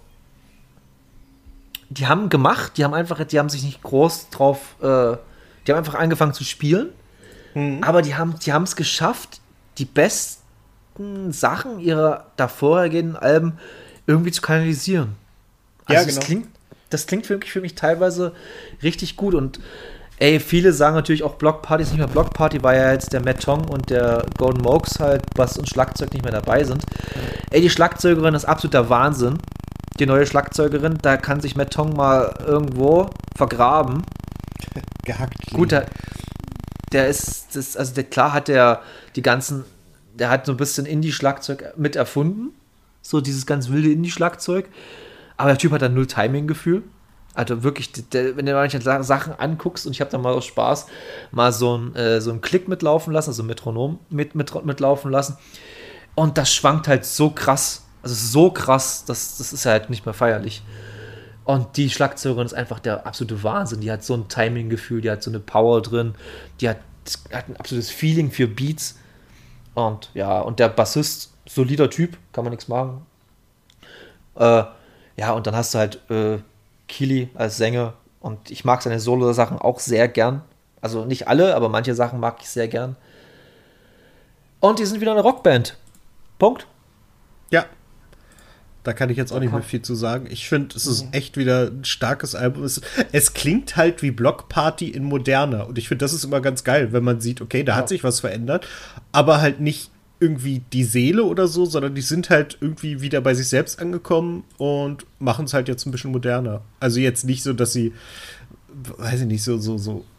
die haben gemacht, die haben einfach, die haben sich nicht groß drauf, äh, die haben einfach angefangen zu spielen, Mhm. aber die haben die haben es geschafft, die besten Sachen ihrer davorhergehenden Alben irgendwie zu kanalisieren. Ja, Also genau. das klingt, das klingt wirklich für mich teilweise richtig gut und ey, viele sagen natürlich auch Blockparty ist nicht mehr Blockparty, weil ja jetzt der Matt Tong und der Golden Mokes halt Bass und Schlagzeug nicht mehr dabei sind. Ey, die Schlagzeugerin ist absoluter Wahnsinn. Die neue Schlagzeugerin, da kann sich Matt Tong mal irgendwo vergraben. Gehackt. Gut, der, der ist, das, also der, klar hat der die ganzen, der hat so ein bisschen Indie-Schlagzeug mit erfunden. So dieses ganz wilde Indie-Schlagzeug. Aber der Typ hat dann null Timing-Gefühl. Also wirklich, der, wenn du manche Sachen anguckst und ich habe da mal aus Spaß mal so einen äh, so einen Klick mitlaufen lassen, also ein Metronom mit, mit, mitlaufen lassen. Und das schwankt halt so krass. Also so krass, das, das ist halt nicht mehr feierlich. Und die Schlagzeugerin ist einfach der absolute Wahnsinn. Die hat so ein Timing-Gefühl, die hat so eine Power drin, die hat, hat ein absolutes Feeling für Beats. Und ja, und der Bassist, solider Typ, kann man nichts machen. Äh, ja, und dann hast du halt äh, Kili als Sänger. Und ich mag seine Solo-Sachen auch sehr gern. Also nicht alle, aber manche Sachen mag ich sehr gern. Und die sind wieder eine Rockband. Punkt. Ja. Da kann ich jetzt auch Da nicht mehr kommt- viel zu sagen. Ich finde, es ist echt wieder ein starkes Album. Es, es klingt halt wie Blockparty in moderner. Und ich finde, das ist immer ganz geil, wenn man sieht, okay, da hat Ja. sich was verändert. Aber halt nicht irgendwie die Seele oder so, sondern die sind halt irgendwie wieder bei sich selbst angekommen und machen es halt jetzt ein bisschen moderner. Also jetzt nicht so, dass sie, weiß ich nicht, so, so, so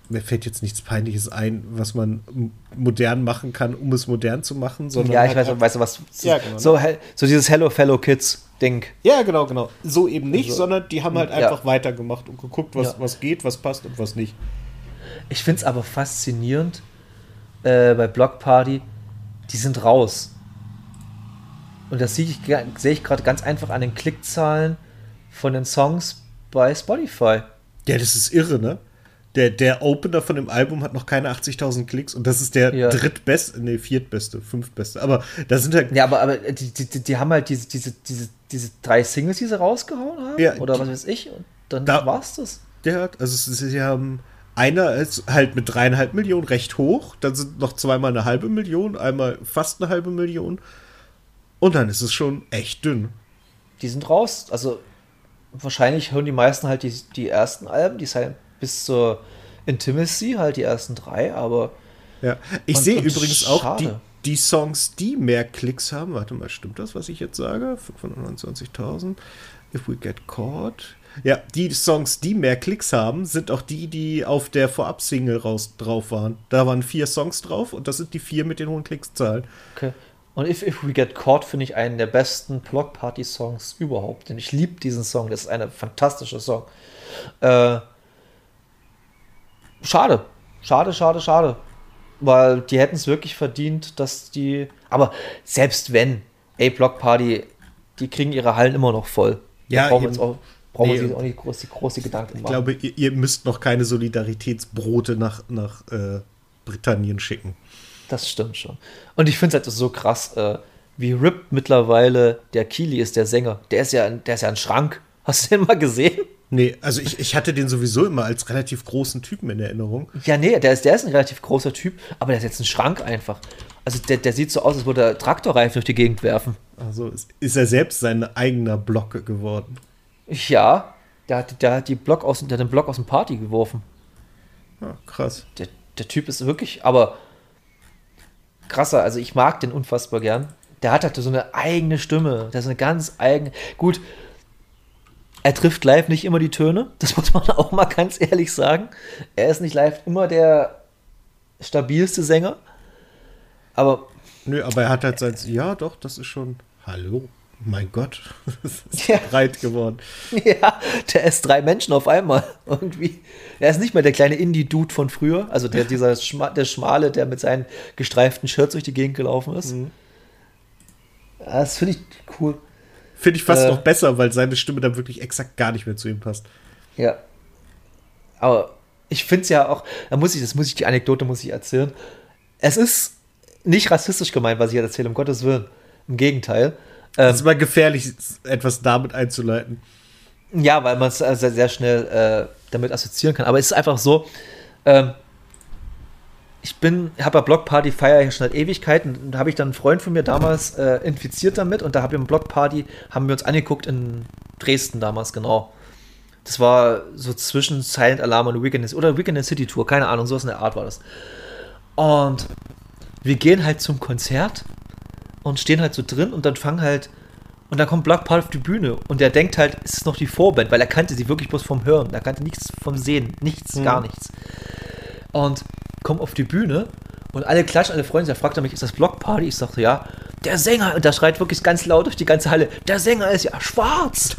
mir fällt jetzt nichts Peinliches ein, was man m- modern machen kann, um es modern zu machen, sondern Ja, ich halt weiß, einfach- weißt du was? So, Ja, genau. so, he- so dieses Hello Fellow Kids Ding. Ja, genau, genau. So eben nicht, Also, sondern die haben halt ja. einfach weitergemacht und geguckt, was, Ja. was geht, was passt und was nicht. Ich finde es aber faszinierend äh, bei Block Party, die sind raus. Und das sehe ich, ge- sehe ich gerade ganz einfach an den Klickzahlen von den Songs bei Spotify. Ja, das ist irre, ne? Der, der Opener von dem Album hat noch keine achtzigtausend Klicks und das ist der Ja. drittbeste, nee, viertbeste, fünftbeste. Aber da sind halt, Ja, aber, aber die, die, die haben halt diese, diese, diese, diese drei Singles, die sie rausgehauen haben, Ja, oder die- was weiß ich, und dann Da- war's das. der hat, also es ist, sie haben, einer ist halt mit dreieinhalb Millionen recht hoch, dann sind noch zweimal eine halbe Million, einmal fast eine halbe Million und dann ist es schon echt dünn. Die sind raus. Also wahrscheinlich hören die meisten halt die, die ersten Alben, die sind bis zur Intimacy, halt die ersten drei, aber Ja, ich Und- sehe und übrigens auch die, schade. die Songs, die mehr Klicks haben. Warte mal, stimmt das, was ich jetzt sage? fünfhundertneunundzwanzigtausend. If We Get Caught. Ja, die Songs, die mehr Klicks haben, sind auch die, die auf der Vorab-Single raus drauf waren. Da waren vier Songs drauf und das sind die vier mit den hohen Klickszahlen. okay. Und If, If We Get Caught finde ich einen der besten Block Party Songs überhaupt. Denn ich liebe diesen Song. Das ist ein fantastischer Song. Äh, schade. Schade, schade, schade. Weil die hätten es wirklich verdient, dass die. Aber selbst wenn, ey, Block Party, die kriegen ihre Hallen immer noch voll. Ja, da brauchen wir eben. uns auch, brauchen wir Nee, sich auch nicht groß, die große Gedanken Ich machen. glaube, ihr, ihr müsst noch keine Solidaritätsbrote nach, nach äh, Britannien schicken. Das stimmt schon. Und ich finde es halt so krass, äh, wie ripped mittlerweile der Keely ist, der Sänger. Der ist ja, ein- der ist ja ein Schrank. Hast du den mal gesehen? Nee, also ich, ich hatte den sowieso immer als relativ großen Typen in Erinnerung. Ja, nee, der ist, der ist ein relativ großer Typ, aber der ist jetzt ein Schrank einfach. Also der, der sieht so aus, als würde er Traktorreifen durch die Gegend werfen. Also ist, ist er selbst sein eigener Block geworden. Ja, der hat, der hat, die Block aus, der hat den Block aus dem Party geworfen. Ja, krass. Der, der Typ ist wirklich, aber krasser. Also ich mag den unfassbar gern. Der hat halt so eine eigene Stimme. Der ist eine ganz eigene. Gut, er trifft live nicht immer die Töne. Das muss man auch mal ganz ehrlich sagen. Er ist nicht live immer der stabilste Sänger. Aber Nö, aber er hat halt sein. Ja, doch, das ist schon. Hallo. Mein Gott. Das ist Ja. breit geworden. ja, der ist drei Menschen auf einmal. Irgendwie. Er ist nicht mehr der kleine Indie-Dude von früher. Also der, dieser Schma der Schmale, der mit seinen gestreiften Shirts durch die Gegend gelaufen ist. Mhm. Ja, das finde ich cool. Finde ich fast Äh. noch besser, weil seine Stimme dann wirklich exakt gar nicht mehr zu ihm passt. Ja. Aber ich finde es ja auch, da muss ich, das muss ich, die Anekdote muss ich erzählen. Es ist nicht rassistisch gemeint, was ich jetzt erzähle, um Gottes Willen. Im Gegenteil. Ähm, Es ist immer gefährlich, etwas damit einzuleiten. ja, weil man es äh, sehr, sehr schnell äh, damit assoziieren kann. Aber es ist einfach so, ähm, ich bin, habe ja Blockparty, feiere ja schon seit Ewigkeiten. Und da habe ich dann einen Freund von mir damals äh, infiziert damit. Und da habe ich eine Blockparty, haben wir uns angeguckt in Dresden damals, genau. Das war so zwischen Silent Alarm und Weekend oder Weekend City Tour, keine Ahnung, sowas in der Art war das. Und wir gehen halt zum Konzert und stehen halt so drin und dann fangen halt, und dann kommt Block Party auf die Bühne und der denkt halt, es ist noch die Vorband, weil er kannte sie wirklich bloß vom Hören, er kannte nichts vom Sehen, nichts, Mhm. gar nichts. Und kommt auf die Bühne und alle klatschen, alle freuen sich, da fragt er mich, ist das Block Party? Ich sagte, ja, der Sänger, und der schreit wirklich ganz laut durch die ganze Halle, der Sänger ist ja schwarz.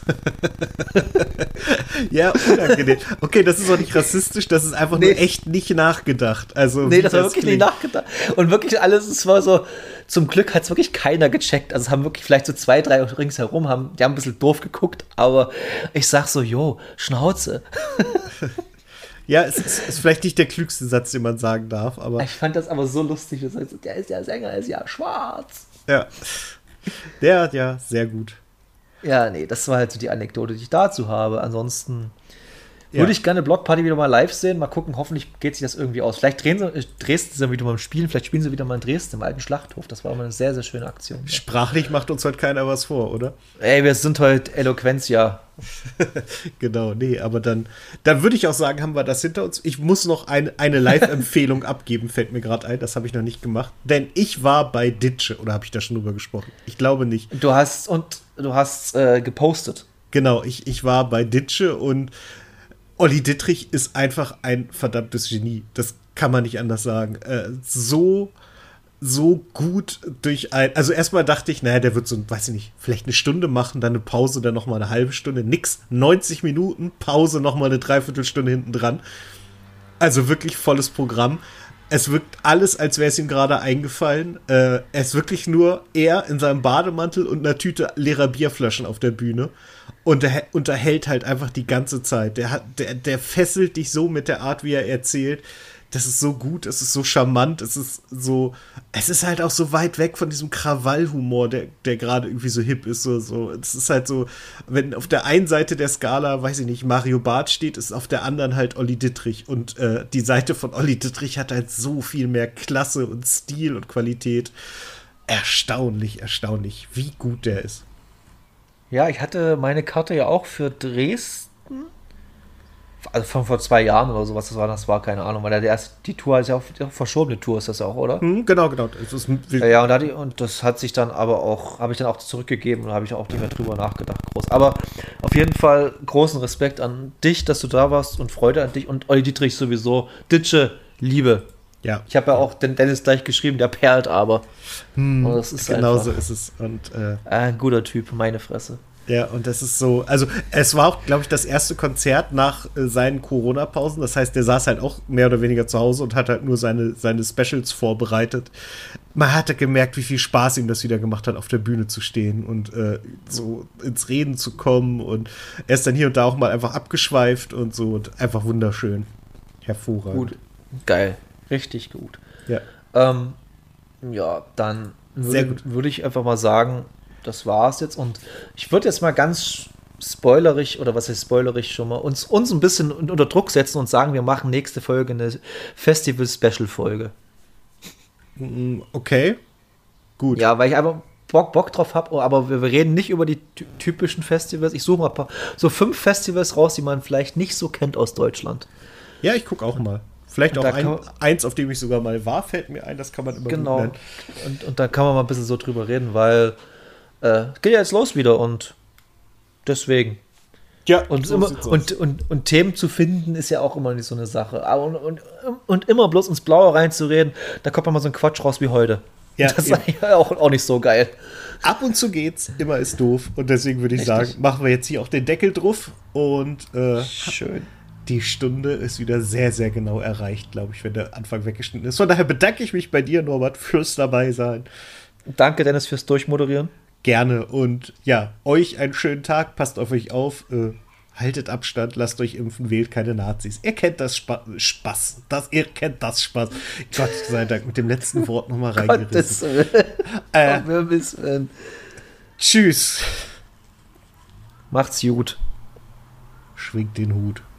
Ja, unangenehm. Okay, das ist auch nicht rassistisch, das ist einfach Nee. nur echt nicht nachgedacht. Also, Nee, wie das war wirklich nicht klingt. nachgedacht. Und wirklich alles, es war so, zum Glück hat es wirklich keiner gecheckt. Also es haben wirklich vielleicht so zwei, drei ringsherum, haben, die haben ein bisschen doof geguckt, aber ich sag so, jo, Schnauze. Ja, es ist, ist vielleicht nicht der klügste Satz, den man sagen darf, aber Ich fand das aber so lustig. Das heißt, der ist ja Sänger, ist ja schwarz. ja. Der, ja, sehr gut. Ja, nee, das war halt so die Anekdote, die ich dazu habe. Ansonsten Ja. würde ich gerne Blockparty wieder mal live sehen. Mal gucken, hoffentlich geht sich das irgendwie aus. Vielleicht drehen sie, äh, Dresden sie wieder mal im Spielen, vielleicht spielen sie wieder mal in Dresden im alten Schlachthof. Das war immer eine sehr, sehr schöne Aktion. Ja. Sprachlich macht uns heute keiner was vor, oder? Ey, wir sind heute Eloquenz, ja. Genau, nee, aber dann, dann würde ich auch sagen, haben wir das hinter uns. Ich muss noch ein, eine Live-Empfehlung abgeben, fällt mir gerade ein. Das habe ich noch nicht gemacht. Denn ich war bei Ditsche, oder habe ich da schon drüber gesprochen? Ich glaube nicht. Du hast und du hast äh, gepostet. Genau, ich, ich war bei Ditsche und Olli Dittrich ist einfach ein verdammtes Genie. Das kann man nicht anders sagen. Äh, so, so gut durch ein. Also erstmal dachte ich, naja, der wird so, weiß ich nicht, vielleicht eine Stunde machen, dann eine Pause, dann nochmal eine halbe Stunde. Nix. neunzig Minuten, Pause, nochmal eine Dreiviertelstunde hinten dran. Also wirklich volles Programm. Es wirkt alles, als wäre es ihm gerade eingefallen. Äh, er ist wirklich nur er in seinem Bademantel und einer Tüte leerer Bierflaschen auf der Bühne. Und er unterhält halt einfach die ganze Zeit. Der, hat, der, der fesselt dich so mit der Art, wie er erzählt. Das ist so gut, es ist so charmant, es ist so, es ist halt auch so weit weg von diesem Krawallhumor, der, der gerade irgendwie so hip ist. So, so. Es ist halt so, wenn auf der einen Seite der Skala, weiß ich nicht, Mario Barth steht, ist auf der anderen halt Olli Dittrich. Und äh, die Seite von Olli Dittrich hat halt so viel mehr Klasse und Stil und Qualität. Erstaunlich, erstaunlich, wie gut der ist. Ja, ich hatte meine Karte ja auch für Dresden. Also von vor zwei Jahren oder sowas, das war, das war keine Ahnung, weil der erste, die Tour ist ja auch, die verschobene Tour, ist das ja auch, oder? Hm, genau, genau. Das ist, ja, ja, und, da die, und das hat sich dann aber auch, habe ich dann auch zurückgegeben und habe ich auch nicht mehr drüber nachgedacht, groß. Aber auf jeden Fall großen Respekt an dich, dass du da warst und Freude an dich und Olli Dittrich sowieso. Ditsche, Liebe. Ja. Ich habe ja auch den Dennis gleich geschrieben, der perlt aber. Hm, und das ist genau einfach, so ist es. Und, äh, ein guter Typ, meine Fresse. Ja, und das ist so, also es war auch, glaube ich, das erste Konzert nach äh, seinen Corona-Pausen. Das heißt, der saß halt auch mehr oder weniger zu Hause und hat halt nur seine, seine Specials vorbereitet. Man hatte gemerkt, wie viel Spaß ihm das wieder gemacht hat, auf der Bühne zu stehen und äh, so ins Reden zu kommen. Und er ist dann hier und da auch mal einfach abgeschweift und so und einfach wunderschön. Hervorragend. Gut, geil, richtig gut. Ja, ähm, ja dann würde, würde ich einfach mal sagen, das war's jetzt und ich würde jetzt mal ganz spoilerig, oder was heißt spoilerig schon mal, uns, uns ein bisschen unter Druck setzen und sagen, wir machen nächste Folge eine Festival-Special-Folge. Okay, gut. Ja, weil ich einfach Bock, Bock drauf habe, aber wir, wir reden nicht über die ty- typischen Festivals. Ich suche mal ein paar, so fünf Festivals raus, die man vielleicht nicht so kennt aus Deutschland. Ja, ich gucke auch mal. Vielleicht und auch ein, man, eins, auf dem ich sogar mal war, fällt mir ein, das kann man immer genau. gut nennen. Und, und da kann man mal ein bisschen so drüber reden, weil äh, geht ja jetzt los wieder und deswegen. Ja, und, so immer, und, und, und Themen zu finden ist ja auch immer nicht so eine Sache. Und, und, und immer bloß ins Blaue reinzureden, da kommt mal so ein Quatsch raus wie heute. Ja, das ist eigentlich auch, auch nicht so geil. Ab und zu geht's, immer ist doof. Und deswegen würde ich Richtig. sagen, machen wir jetzt hier auch den Deckel drauf. Und äh, schön. Die Stunde ist wieder sehr, sehr genau erreicht, glaube ich, wenn der Anfang weggeschnitten ist. Von daher bedanke ich mich bei dir, Norbert, fürs Dabeisein. Danke, Dennis, fürs Durchmoderieren. Gerne. Und ja, euch einen schönen Tag. Passt auf euch auf. Äh, haltet Abstand. Lasst euch impfen. Wählt keine Nazis. Ihr kennt das Spa- Spaß. Das, ihr kennt das Spaß. Gott sei Dank mit dem letzten Wort nochmal reingerissen. äh, äh, tschüss. Macht's gut. Schwingt den Hut.